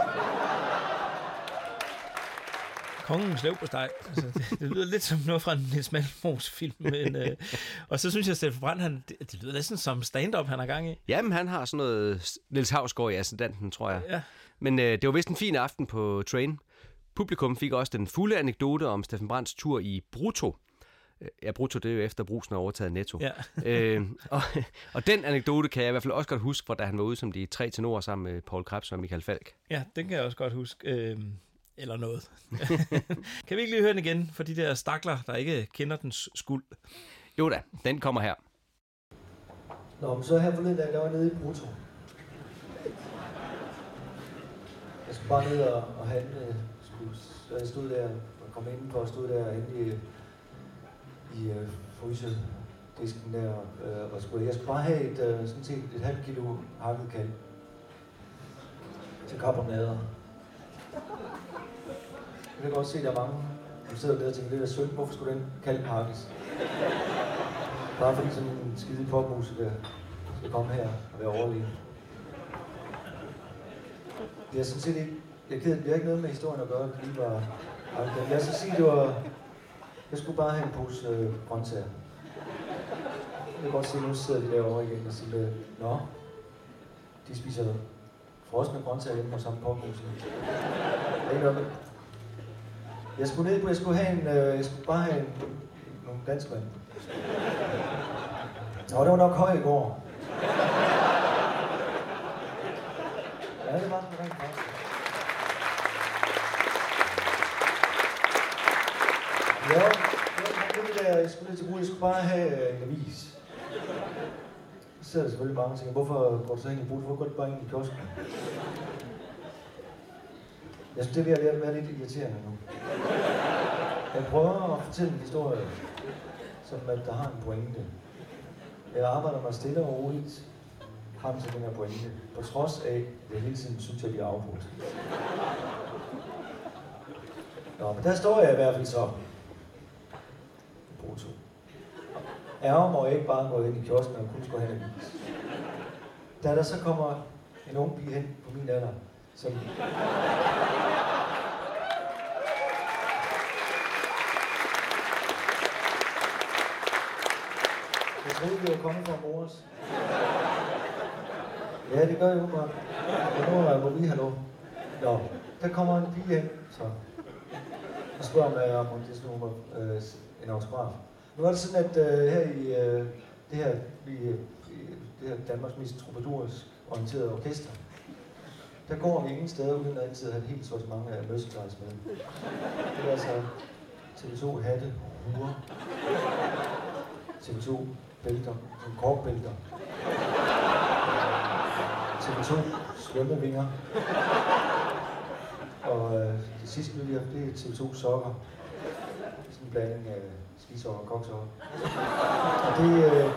Speaker 1: Kongens leverpostej. Altså, det, det lyder lidt som noget fra en Niels Malmros film. Men, øh, og så synes jeg, at Steffen Brandt, han, det, det lyder næsten som stand-up, han har gang i.
Speaker 2: Jamen, han har sådan noget Niels Hausgaard i ascendanten, tror jeg.
Speaker 1: Ja.
Speaker 2: Men øh, det var vist en fin aften på Train. Publikum fik også den fulde anekdote om Steffen Brandts tur i Brutto. Ja, Brutto, det er jo efter Brugsen har overtaget Netto.
Speaker 1: Ja.
Speaker 2: øh, og, og den anekdote kan jeg i hvert fald også godt huske, fra da han var ude som de tre tenorer sammen med Poul Krebs og Michael Falk.
Speaker 1: Ja, den kan jeg også godt huske. Øh, eller noget. Kan vi ikke lige høre den igen for de der stakler, der ikke kender dens skuld?
Speaker 2: Jo da, den kommer her.
Speaker 8: Nå, men så her forleden dag, der var nede i Brutto. Jeg skulle bare ned og, og handle. Så jeg stod der og kom indenfor og stod der og hente i, i uh, frysedisken der. Uh, og skulle, jeg skulle bare have et, uh, sådan set et halvt kilo hakket kalv til karbonader. Jeg kan godt se, at der er mange, der sidder der og tænker, det er synd, hvorfor skulle den kalv hakkes? Bare fordi sådan en skide popmusiker skal komme her og være overlegen. Det er sådan set ikke, jeg keder, det har ikke noget med historien at gøre, det lige var... Jeg skal sige, det var... Jeg skulle bare have en pose øh, grøntsager. Jeg kan godt se, nu sidder de derovre igen og siger, nå, de spiser frosne grøntsager hjemme på samme popmusiker. Ikke noget. Jeg skulle ned på, jeg skulle have en, øh, jeg skulle bare have en, nogle danskmænd. Nå, det var nok høj i går. Ja, det var sådan rent faktisk. Ja, jeg skulle ned der, jeg skulle ned til Brugsen, jeg skulle bare have en avis. Så sidder der selvfølgelig mange og tænker, hvorfor går du så ind i brug? Hvorfor går du bare ind i kiosken? Jeg synes, det er ved at være lidt irriterende nu. Jeg prøver at fortælle en historie, som at der har en pointe. Jeg arbejder mig stille og roligt frem til den her pointe, på trods af, at jeg hele tiden synes, at jeg bliver afbrudt. Nå, men der står jeg i hvert fald så. Bruto. Ærger mig ikke bare gå ind i kiosken og kun skulle have en avis. Da der så kommer en ung pige hen på min alder, som... Jeg troede, vi var kommet fra mors. Ja, det gør jeg jo bare. Og nu må vi have lov. Nå, der kommer en pige hen, så... Og spørger mig, om det sådan noget, øh, en autograf. Nu er det sådan, at øh, her i øh, det her, i, i det her Danmarks mest troubadourisk orienterede orkester, der går vi ingen steder uden at altid have et helt sortiment af merchandise med. Det er altså T V to hatte, huer, T V to bælter, som korkbælter, T V to svømmevinger, og øh, det sidste nye, det er T V to sokker. Sådan en blanding af skisokker og koksokker. Og det, øh,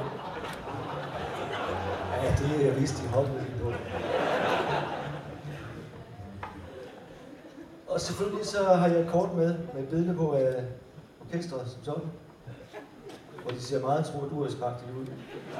Speaker 8: ja, det er jeg vidste, de hoppede lige på. Og selvfølgelig så har jeg et kort med, med et billede på af orkestret som sådan. Og de ser meget troubadourisk-agtigt ud.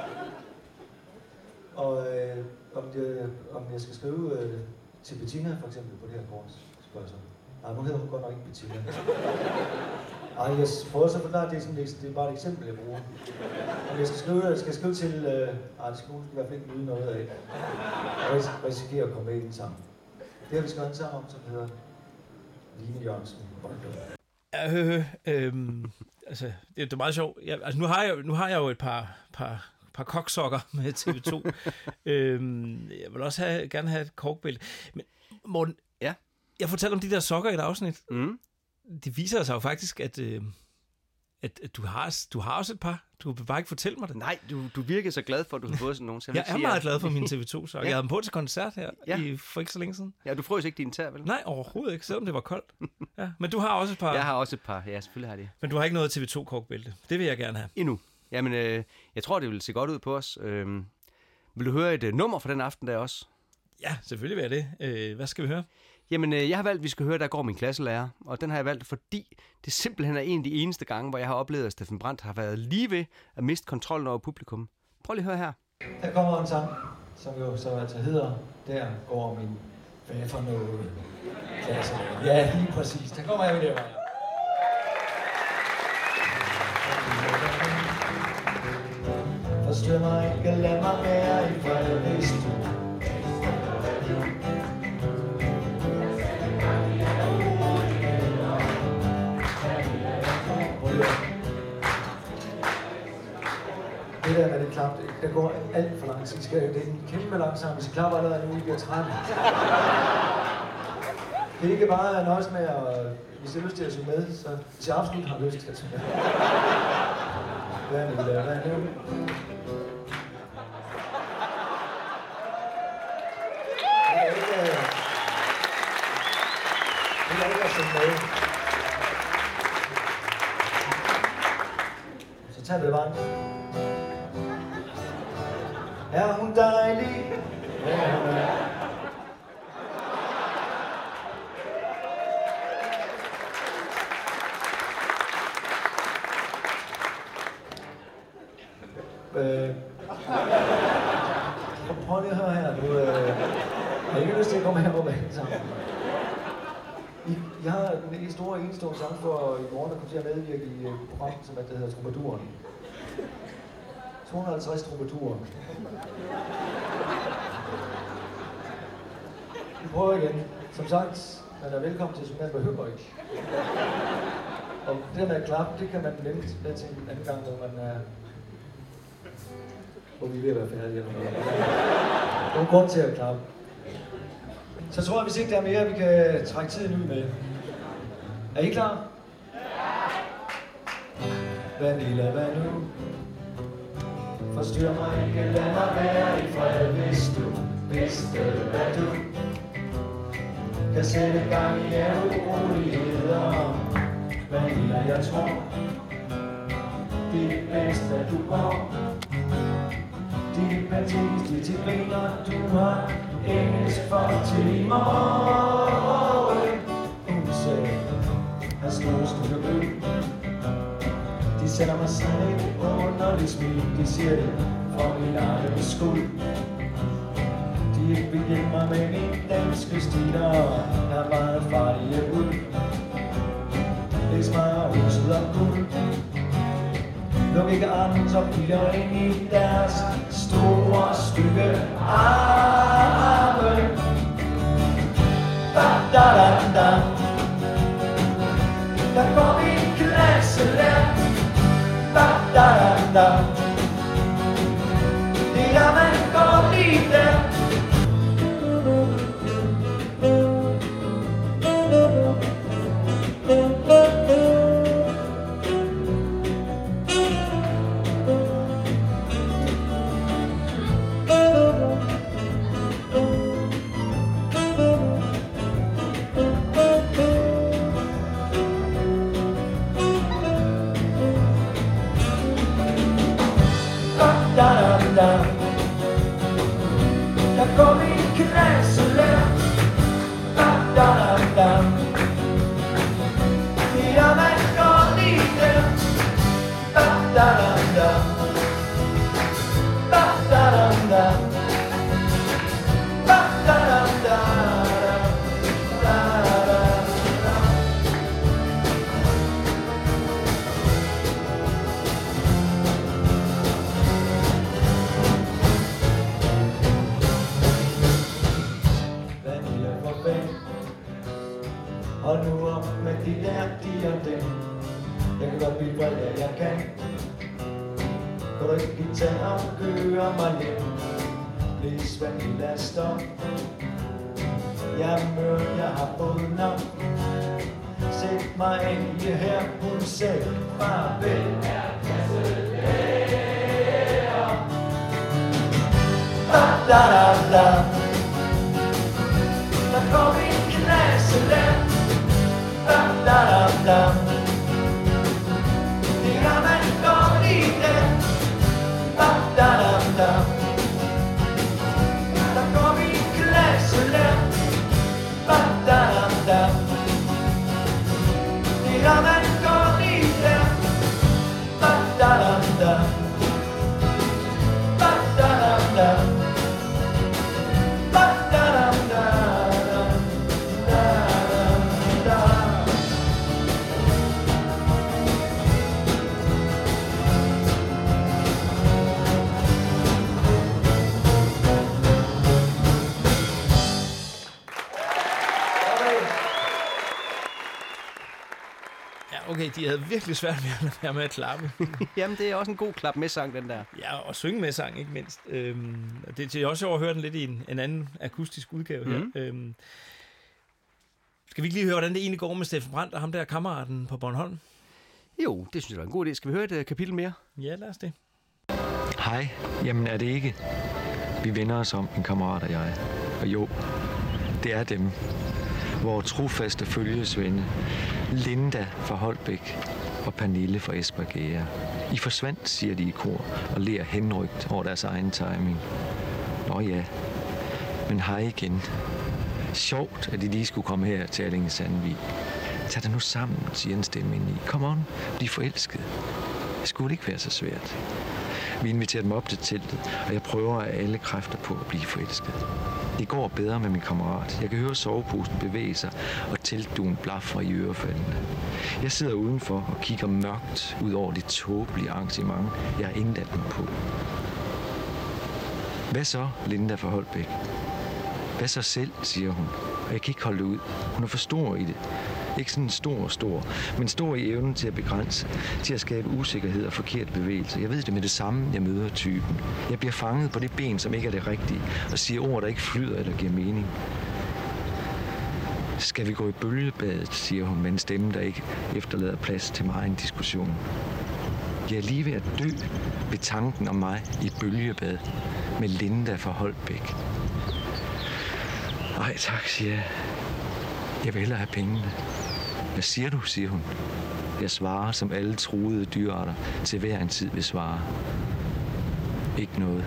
Speaker 8: Og øh, om, det, om jeg skal skrive øh, til Bettina for eksempel på det her kort, spørger jeg så. Nej, nu hedder hun godt nok ikke Bettina. Ej, jeg prøver så at forklare, det er, sådan, det er bare et eksempel, jeg bruger. Om jeg skal skrive, jeg skal skrive til... Øh, ej, det skal hun i hvert fald ikke lyde noget af. Jeg risikerer at komme med i den sammen. Det har vi skrevet en sang om, som hedder Line Jørgensen.
Speaker 1: Ja, øh, øh, altså, det er, det er meget sjovt. Jeg, altså, nu har jeg, nu har jeg jo et par, par, par koksokker med T V to. øh, jeg vil også have, gerne have et korkbælte. Men Morten,
Speaker 2: ja?
Speaker 1: Jeg fortalte om de der sokker i et afsnit.
Speaker 2: Mm.
Speaker 1: Det viser sig jo faktisk, at, øh, at, at du, har, du har også et par. Du vil bare ikke fortælle mig det.
Speaker 2: Nej, du, du virker så glad for, at du har fået sådan nogen. Så jeg
Speaker 1: jeg er sige, meget at... glad for mine T V to sokker. Ja. Jeg havde dem på til koncert her ja. i, for ikke så længe siden.
Speaker 2: Ja, du frøs ikke din tær, vel?
Speaker 1: Nej, overhovedet ikke, selvom det var koldt. Ja. Men du har også et par.
Speaker 2: Jeg har også et par, ja, selvfølgelig har det.
Speaker 1: Men du har ikke noget T V to korkbælte. Det vil jeg gerne have.
Speaker 2: Endnu. Jamen, øh, jeg tror, det vil se godt ud på os. Øh, vil du høre et uh, nummer for den aften der også?
Speaker 1: Ja, selvfølgelig vil jeg det. Øh, hvad skal vi høre?
Speaker 2: Jamen, øh, jeg har valgt, at vi skal høre, Der går min klasselærer. Og den har jeg valgt, fordi det simpelthen er en af de eneste gange, hvor jeg har oplevet, at Steffen Brandt har været lige ved at miste kontrollen over publikum. Prøv lige at høre her.
Speaker 8: Her kommer en sang, som jo så altså hedder Der går min... Hvad for noget klasselærer? Ja, lige præcis. Der kommer jeg med det her. Forstør mig ikke, lad mig være i fred, hvis du det der med det klap, det går alt for langt. Vi skal, det er en kæmpe langsomt. Hvis I klapper allerede nu, I bliver trætte. Det er ikke bare nøjes med at... Hvis I har lyst til at synge med, så hvis I absolut har lyst til at synge med. Hvad er det, vi laver? Hvad er det nu? Det er ikke... Det er ikke at synge med. Så tager vi det bare. Er hun dejlig? Ja, hun er. Øh. Prøv lige at høre her. Du øh, har ikke lyst til at komme her på banen sammen. I, jeg har en store enestående sang for i morgen, der kommer til at medvirke i et program, som det hedder Troubaduren. to hundrede og halvtreds troubadurer. Vi prøver igen. Som sagt, man er velkommen til, så man behøver ikke. Og det med at klappe, det kan man vente lidt til en anden gang, hvor man er... Hvor vi er ved at være færdige eller noget. Der er nogen grund til at klappe. Så tror jeg, hvis ikke der er mere, vi kan trække tiden ud med. Er I klar? Ja! Vanilla, hvad nu? Forstyr mig ikke, lad mig være i fred, hvis du vidste, hvad du kan sætte gang i af uroligheder. Vanilla, jeg tror, det er bedst, hvad du går. Det er patetisk, det er til griner, du har engelsk for til i morgen. Hun sagde, han stod stille øl. De sætter mig sådan et underligt smil, de siger det for min egen skyld. De ikke vil hjælpe mig med min danske stiler, er meget farlige ud. Læs mig og huset og guld. Luk ikke andre piger ind i deres store stykke arme. Da da da da. Der går min klasselærer. Da da da da. Det er man går lige der. Der går min klasselærer. Da da da. Det er man går lige der. Da da da. Da da da. Da da da. Hold nu op med de der, de og dem. Jeg kan godt blive vred, ja jeg kan. Kan du ikke lige tage og køre mig hjem? Please, Vanilla, stop. Jeg er mør, jeg har fået nok. Sæt mig endelig her, hun sagde farvel. Her kasselærer. Da da da da. Der går min klasselærer. Da da da da. Det er man går lige der. Da da da da. Der går min klasselærer. Da da da da. Det er man går lige der. Da da da da. Da da da da. Da da da da.
Speaker 1: Okay, de havde virkelig svært ved at lade være med at klappe.
Speaker 2: Jamen, det er også en god klap med sang, den der.
Speaker 1: Ja, og synge med sang, ikke mindst. Øhm, det er også sjovt at høre den lidt i en, en anden akustisk udgave her. Mm. Øhm, skal vi ikke lige høre, hvordan det egentlig går med Steffen Brandt og ham der kammeraten på Bornholm?
Speaker 2: Jo, det synes jeg var en god idé. Skal vi høre et uh, kapitel mere?
Speaker 1: Ja, lad os det.
Speaker 4: Hej, jamen er det ikke? Vi vender os om, en kammerat og jeg. Og jo, det er dem. Vores trofaste følgesvende, Linda fra Holbæk og Pernille fra Espergære. I forsvandt, siger de i kor, og ler henrygt over deres egen timing. Nå ja, men hej igen. Sjovt, at de lige skulle komme her til Allinge Sandvig. Tag dig nu sammen, siger en stemme ind i. Come on, bliv forelsket. Det skulle ikke være så svært. Vi inviterer dem op til teltet, og jeg prøver af alle kræfter på at blive forelsket. Det går bedre med min kammerat. Jeg kan høre soveposen bevæge sig, og teltduen blaffer i ørefaldene. Jeg sidder udenfor og kigger mørkt ud over det tåbelige arrangement, jeg har indladt mig på. Hvad så, Linda fra Holbæk? Hvad så selv, siger hun. Og jeg kan ikke holde det ud. Hun er for stor i det. Ikke sådan stor og stor, men stor i evnen til at begrænse, til at skabe usikkerhed og forkerte bevægelser. Jeg ved det med det samme, jeg møder typen. Jeg bliver fanget på det ben, som ikke er det rigtige, og siger ord, der ikke flyder eller giver mening. Skal vi gå i bølgebadet, siger hun med en stemme, der ikke efterlader plads til mig en diskussion. Jeg er lige ved at dø ved tanken om mig i bølgebad med Linda fra Holbæk. Nej tak, siger jeg. Jeg vil hellere have pengene. Hvad siger du, siger hun. Jeg svarer, som alle truede dyrearter til hver en tid vil svare. Ikke noget.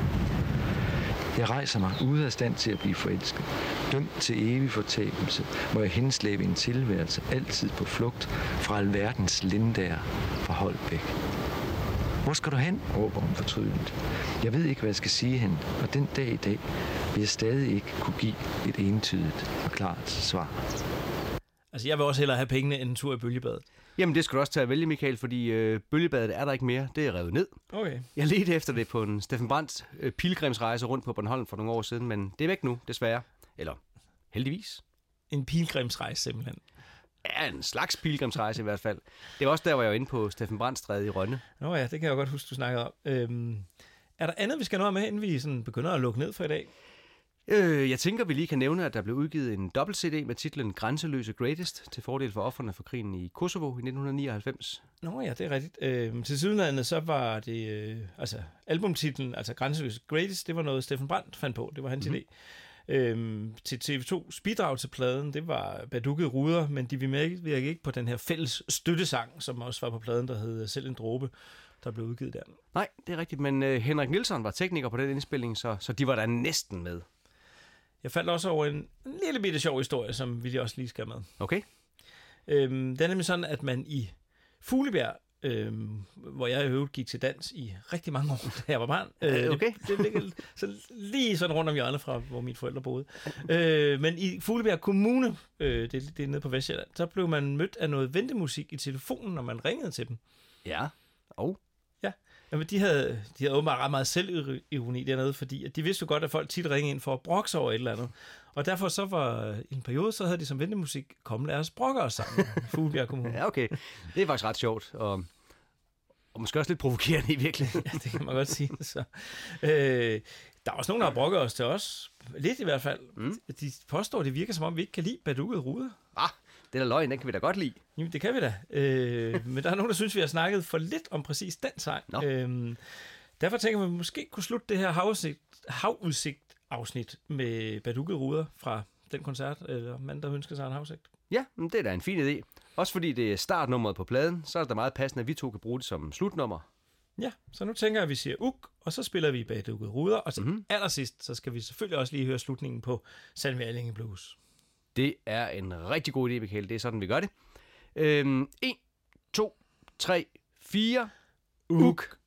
Speaker 4: Jeg rejser mig ude af stand til at blive forelsket. Dømt til evig fortabelse, må jeg henslæbe en tilværelse altid på flugt fra alverdens lindager fra Holbæk. Hvor skal du hen? Råber hun fortrydent. Jeg ved ikke, hvad jeg skal sige hende, og den dag i dag vil jeg stadig ikke kunne give et entydigt og klart svar.
Speaker 1: Altså, jeg vil også hellere have pengene end en tur i bølgebadet.
Speaker 2: Jamen, det skal du også tage at vælge, Michael, fordi øh, bølgebadet er der ikke mere. Det er revet ned.
Speaker 1: Okay.
Speaker 2: Jeg ledte efter det på en Steffen Brandt øh, pilgrimsrejse rundt på Bornholm for nogle år siden, men det er væk nu, desværre. Eller heldigvis.
Speaker 1: En pilgrimsrejse, simpelthen.
Speaker 2: Ja, en slags pilgrimsrejse i hvert fald. Det var også der, hvor jeg var inde på Steffen Brandtstræde i Rønne.
Speaker 1: Nå ja, det kan jeg jo godt huske, du snakkede om. Øhm, er der andet, vi skal nå med, inden vi sådan begynder at lukke ned for i dag?
Speaker 2: Øh, jeg tænker, vi lige kan nævne, at der blev udgivet en dobbelt-C D med titlen Grænseløse Greatest til fordel for ofrene for krigen i Kosovo i nitten nioghalvfems.
Speaker 1: Nå ja, det er rigtigt. Øhm, til sidenlandet så var det, øh, altså albumtitlen, altså Grænseløse Greatest, det var noget Steffen Brandt fandt på. Det var hans mm-hmm. idé. Øhm, til T V to's bidrag til pladen, det var Badukkede Ruder, men de virke ikke på den her fælles støttesang, som også var på pladen, der hed Selv en dråbe, der blev udgivet der.
Speaker 2: Nej, det er rigtigt, men øh, Henrik Nielsen var tekniker på den indspilning, så, så de var der næsten med.
Speaker 1: Jeg faldt også over en lille bitte sjov historie, som vi også lige skal med.
Speaker 2: Okay.
Speaker 1: Øhm, det er nemlig sådan, at man i Fuglebjerg, øhm, hvor jeg i øvrigt gik til dans i rigtig mange år, da jeg var barn. Øh,
Speaker 2: okay.
Speaker 1: Det, det ligger så lige sådan rundt om hjørnet fra, hvor mine forældre boede. Øh, men i Fuglebjerg Kommune, øh, det, det er nede på Vestjylland, så blev man mødt af noget ventemusik i telefonen, når man ringede til dem.
Speaker 2: Ja, og...
Speaker 1: Ja, jamen, de havde, de havde åbenbart ret meget selvironi dernede, fordi at de vidste jo godt, at folk tit ringede ind for at brokke sig over et eller andet. Og derfor så var i en periode, så havde de som ventemusik kommet lad os brokke os sammen i Fuglebjerg Kommune.
Speaker 2: Ja, okay. Det er faktisk ret sjovt, og, og måske også lidt provokerende i virkeligheden.
Speaker 1: Ja, det kan man godt sige. Så. Øh, der er også nogen, der har brokket os til os. Lidt i hvert fald. Mm. De påstår, at det virker, som om vi ikke kan lide Badukkede Ruder.
Speaker 2: Ah, det der løgn, den kan vi da godt lide.
Speaker 1: Jamen, det kan vi da. Øh, men der er nogen, der synes, vi har snakket for lidt om præcis den sang.
Speaker 2: No.
Speaker 1: Øh, derfor tænker vi, at vi måske kunne slutte det her havudsigt, havudsigt-afsnit med Badukkede Ruder fra den koncert, eller mand, der ønsker sig en havudsigt.
Speaker 2: Ja, det er da en fin idé. Også fordi det er startnummeret på pladen, så er det da meget passende, at vi to kan bruge det som slutnummer.
Speaker 1: Ja, så nu tænker jeg, at vi siger uk, og så spiller vi Badukkede Ruder, og til mm-hmm. allersidst, så skal vi selvfølgelig også lige høre slutningen på Salme Allinge Blues.
Speaker 2: Det er en rigtig god idé, Michael. Det er sådan, vi gør det. Øhm, en, to, tre, fire. Uk.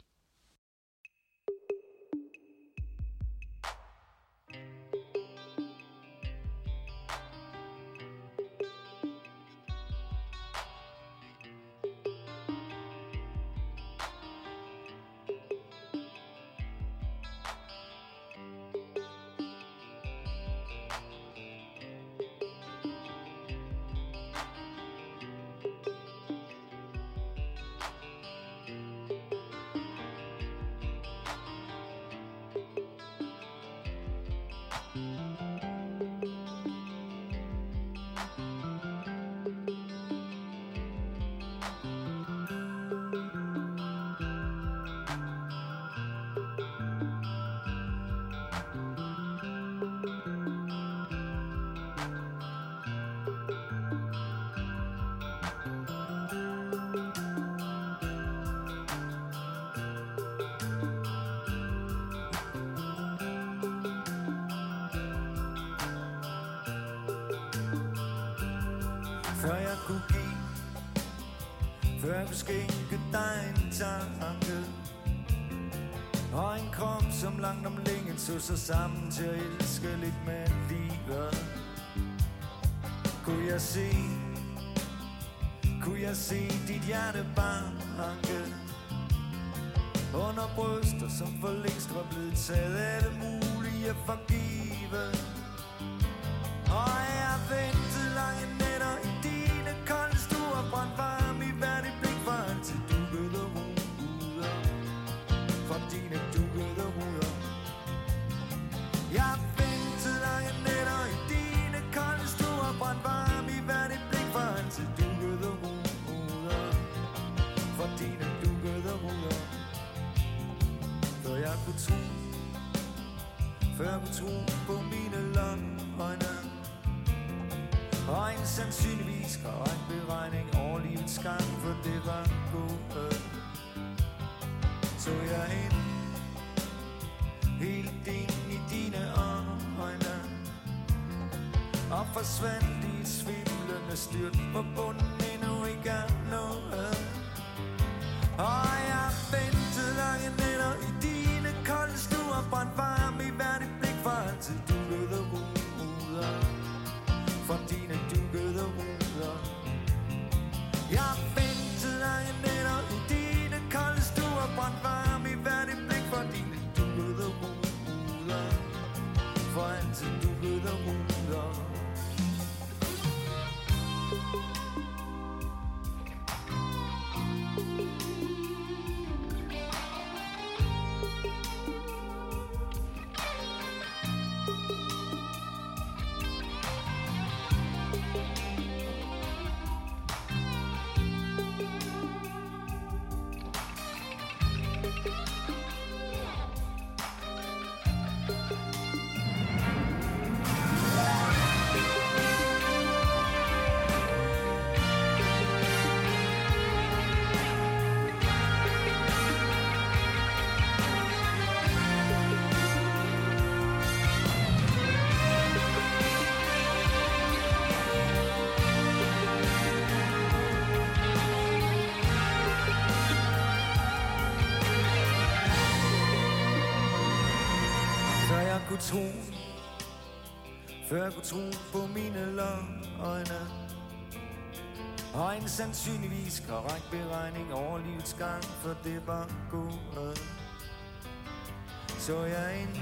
Speaker 5: Før jeg kunne give, før jeg kunne skænke dig en tanke, og en krop, som langt om længe tog sig sammen til at elske lidt med livet. Kunne jeg se, kunne jeg se dit hjerte banke under bryster, som for længst var blevet taget af det mulige for givet. Og jeg ventede lange nætter i dine kolde stuer, brændt varm i hvert et blik for altid dukkede ruder, for dine dukkede ruder. Jeg ventede lange nætter i dine kolde stuer, brændt varm i hvert et blik for altid dukkede ruder, for dine dukkede ruder. tro, før jeg kunne tro på mine løgne. Og en sandsynligvis korrekt beregning over livets gang, for det var gået. Så jeg ind, helt ind i dine øjne, og forsvandt i et svimlende styrt, hvor bunden endnu ikke er nået. Og jeg ventede lange nætter i dine kolde stuer, brændt varm i hvert et blik, for altid dukkede ruder, for dine dukkede ruder. Jeg ventede lange nætter i dine kolde stuer, brændt varm i hvert et blik, for dine dukkede ruder, for altid dukkede ruder. Tro, før jeg kunne tro på mine løgne. Og en sandsynligvis korrekt beregning over livets gang, for det var gået. Så jeg ind,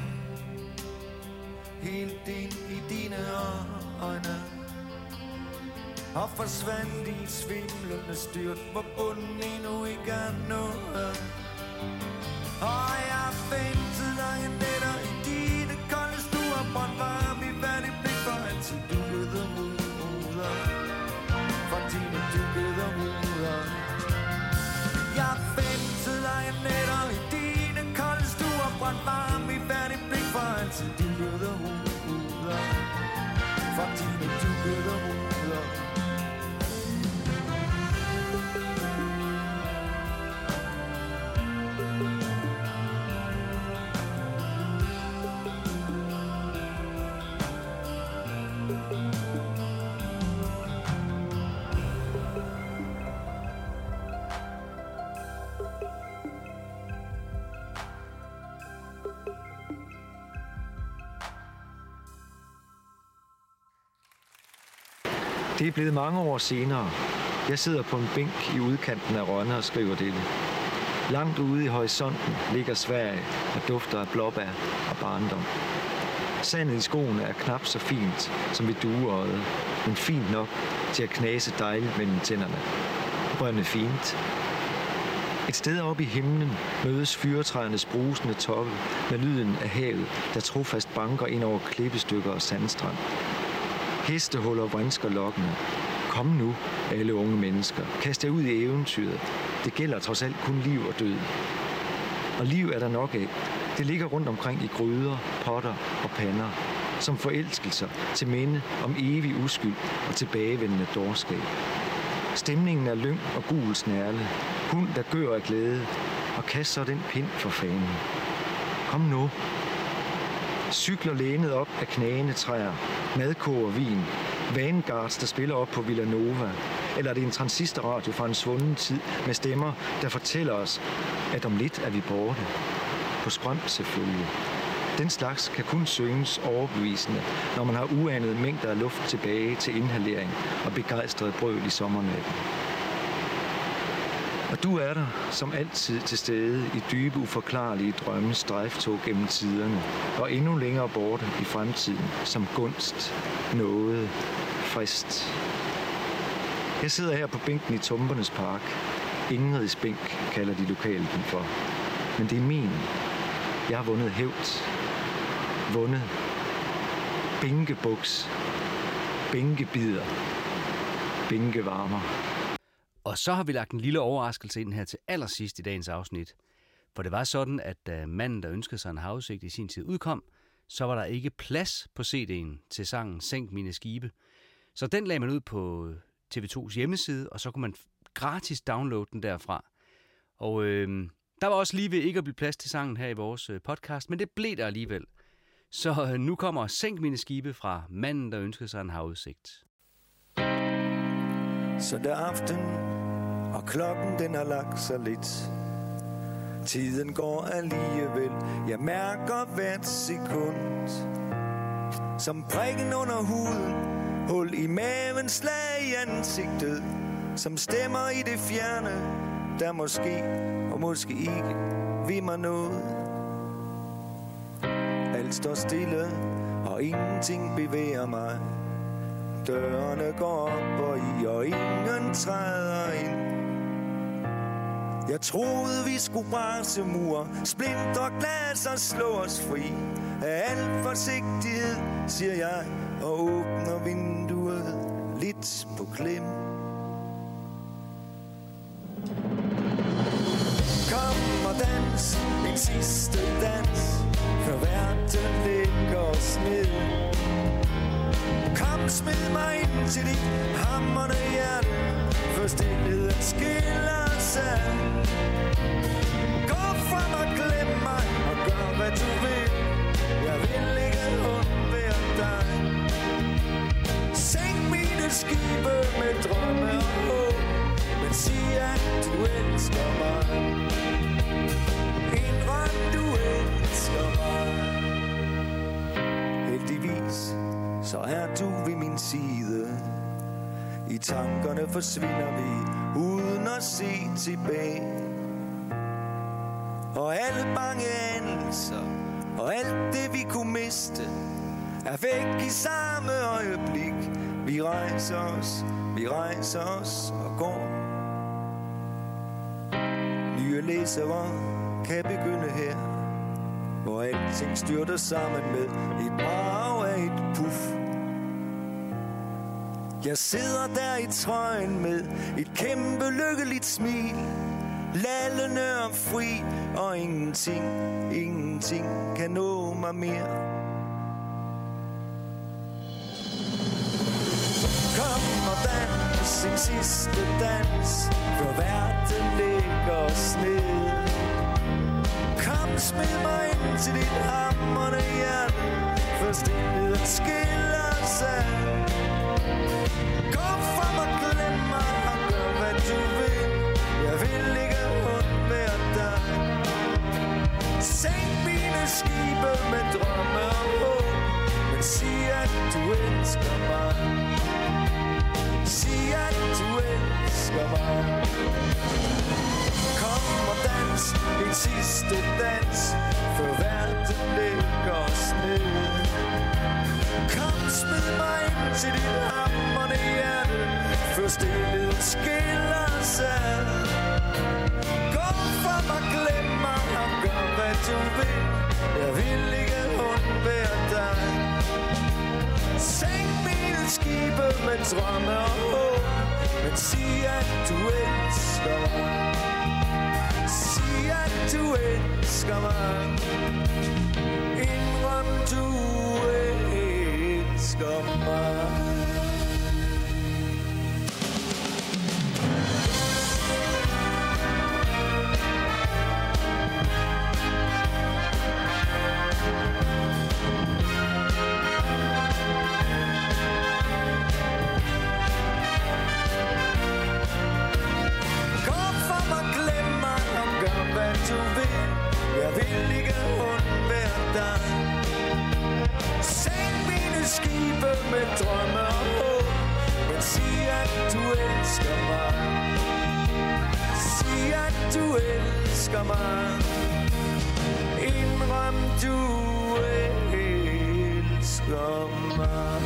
Speaker 5: helt ind i dine øjne, og forsvandt i et svimlende styrt, hvor bunden endnu ikke er nået. Og jeg ventede lange nætter i dine kolde stuer, brændt varm i hvert et blik, for altid dukkede ruder, for dine dukkede ruder. Jeg ventede lange nætter i dine kolde stuer, brændt varm i hvert et blik, for altid dukkede ruder, for dine dukkede ruder.
Speaker 7: Det er blevet mange år senere. Jeg sidder på en bænk i udkanten af Rønne og skriver dette. Langt ude i horisonten ligger Sverige og dufter af blåbær og barndom. Sandet i skoene er knap så fint som ved dueøjet, men fint nok til at knase dejligt mellem tænderne. Rønne fint. Et sted oppe i himlen mødes fyretræernes brusende toppe med lyden af havet, der trofast banker ind over klippestykker og sandstrand. Hestehuller vrinsker lokkene. Kom nu, alle unge mennesker. Kast jer ud i eventyret. Det gælder trods alt kun liv og død. Og liv er der nok af. Det ligger rundt omkring i gryder, potter og pander, som forelskelser til minde om evig uskyld og tilbagevendende dårskab. Stemningen er lyng og gul snærle. Hund, der gør af glæde, og kast så den pind for fanen. Kom nu. Cykler lænet op af knagende træer, madkoger vin, Vanguards, der spiller op på Villanova, eller er det en transistorradio fra en svunden tid med stemmer, der fortæller os, at om lidt er vi borte. På skrøm selvfølgelig. Den slags kan kun synges overbevisende, når man har uanede mængder af luft tilbage til inhalering og begejstret brøl i sommernatten. Og du er der, som altid, til stede i dybe, uforklarlige drømmes strejftog gennem tiderne, og endnu længere borte i fremtiden, som gunst, nåde, frist. Jeg sidder her på bænken i Tumpernes Park. Ingrids bænk kalder de lokale den for. Men det er min. Jeg har vundet hævd. Vundet. Bænkebuks. Bænkebider. Bænkevarmer.
Speaker 2: Og så har vi lagt en lille overraskelse ind her til allersidst i dagens afsnit. For det var sådan, at da Manden, der ønskede sig en havudsigt i sin tid udkom, så var der ikke plads på C D'en til sangen Sænk mine skibe. Så den lagde man ud på T V tos hjemmeside, og så kunne man gratis downloade den derfra. Og øh, der var også lige ved ikke at blive plads til sangen her i vores podcast, men det blev der alligevel. Så øh, nu kommer Sænk mine skibe fra Manden, der ønskede sig en havudsigt.
Speaker 5: Så det er aften, og klokken den har lagt sig lidt. Tiden går alligevel, jeg mærker hvert sekund. Som prikken under huden, hul i maven, slag i ansigtet. Som stemmer i det fjerne, der måske og måske ikke vil mig noget. Alt står stille, og ingenting bevæger mig. Dørene går op og i, og ingen træder ind. Jeg troede vi skulle brase mur, splinter glas og slå os fri. Af al forsigtighed, siger jeg, og åbner vinduet lidt på klem. Kom og dans, en sidste dans, før verden lægger os ned. Kom, smid mig ind til dit hamrende hjerte, før stillheden skiller os ad. Gå frem og glem mig, og gør hvad du vil. Jeg vil ikke undvære dig. Sænk mine skibe med drømme og håb, men sig at du elsker mig. Indrøm du elsker mig. Heldigvis så er du ved min side. I tankerne forsvinder vi uden at se tilbage. Og alle bange anelser og alt det vi kunne miste er væk i samme øjeblik. Vi rejser os, vi rejser os og går. Nye læsere kan begynde her, hvor alting styrter sammen med et brag af et puff. Jeg sidder der i trøjen med et kæmpe lykkeligt smil, lallende og fri, og ingenting, ingenting kan nå mig mere. Kom og dans, en sidste dans, før verden lægger os ned. Kom, smid mig ind til dit hamrende hjerte, før stillheden skiller os ad. Gå frem og glem mig, og gør hvad du vil. Jeg vil ikke undvære dig. Sænk mine skibe med drømme og håb, men sig at du elsker mig. Sig at du elsker mig. Kom og dans, en sidste dans, før verden lægger os ned. Kom, smid mig ind til dit hamrende hjerte, før stillheden skiller os ad. Gå frem og glem mig, og gør hvad du vil. Jeg vil ikke undvære dig. Sænk mine skibe med drømme og håb, men sig at du elsker mig. Sig at du elsker mig. Indrøm du elsker mig. Jeg vil ikke undvære dig. Sænk mine skibe med drømme og håb, men sig at du elsker mig. Sig at du elsker mig. Indrøm du elsker mig.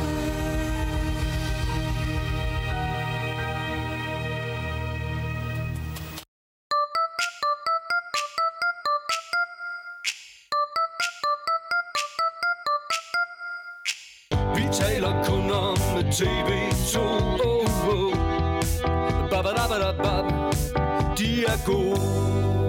Speaker 3: Taler kun om T V to, oh, oh. Babadabadabab, de er gode.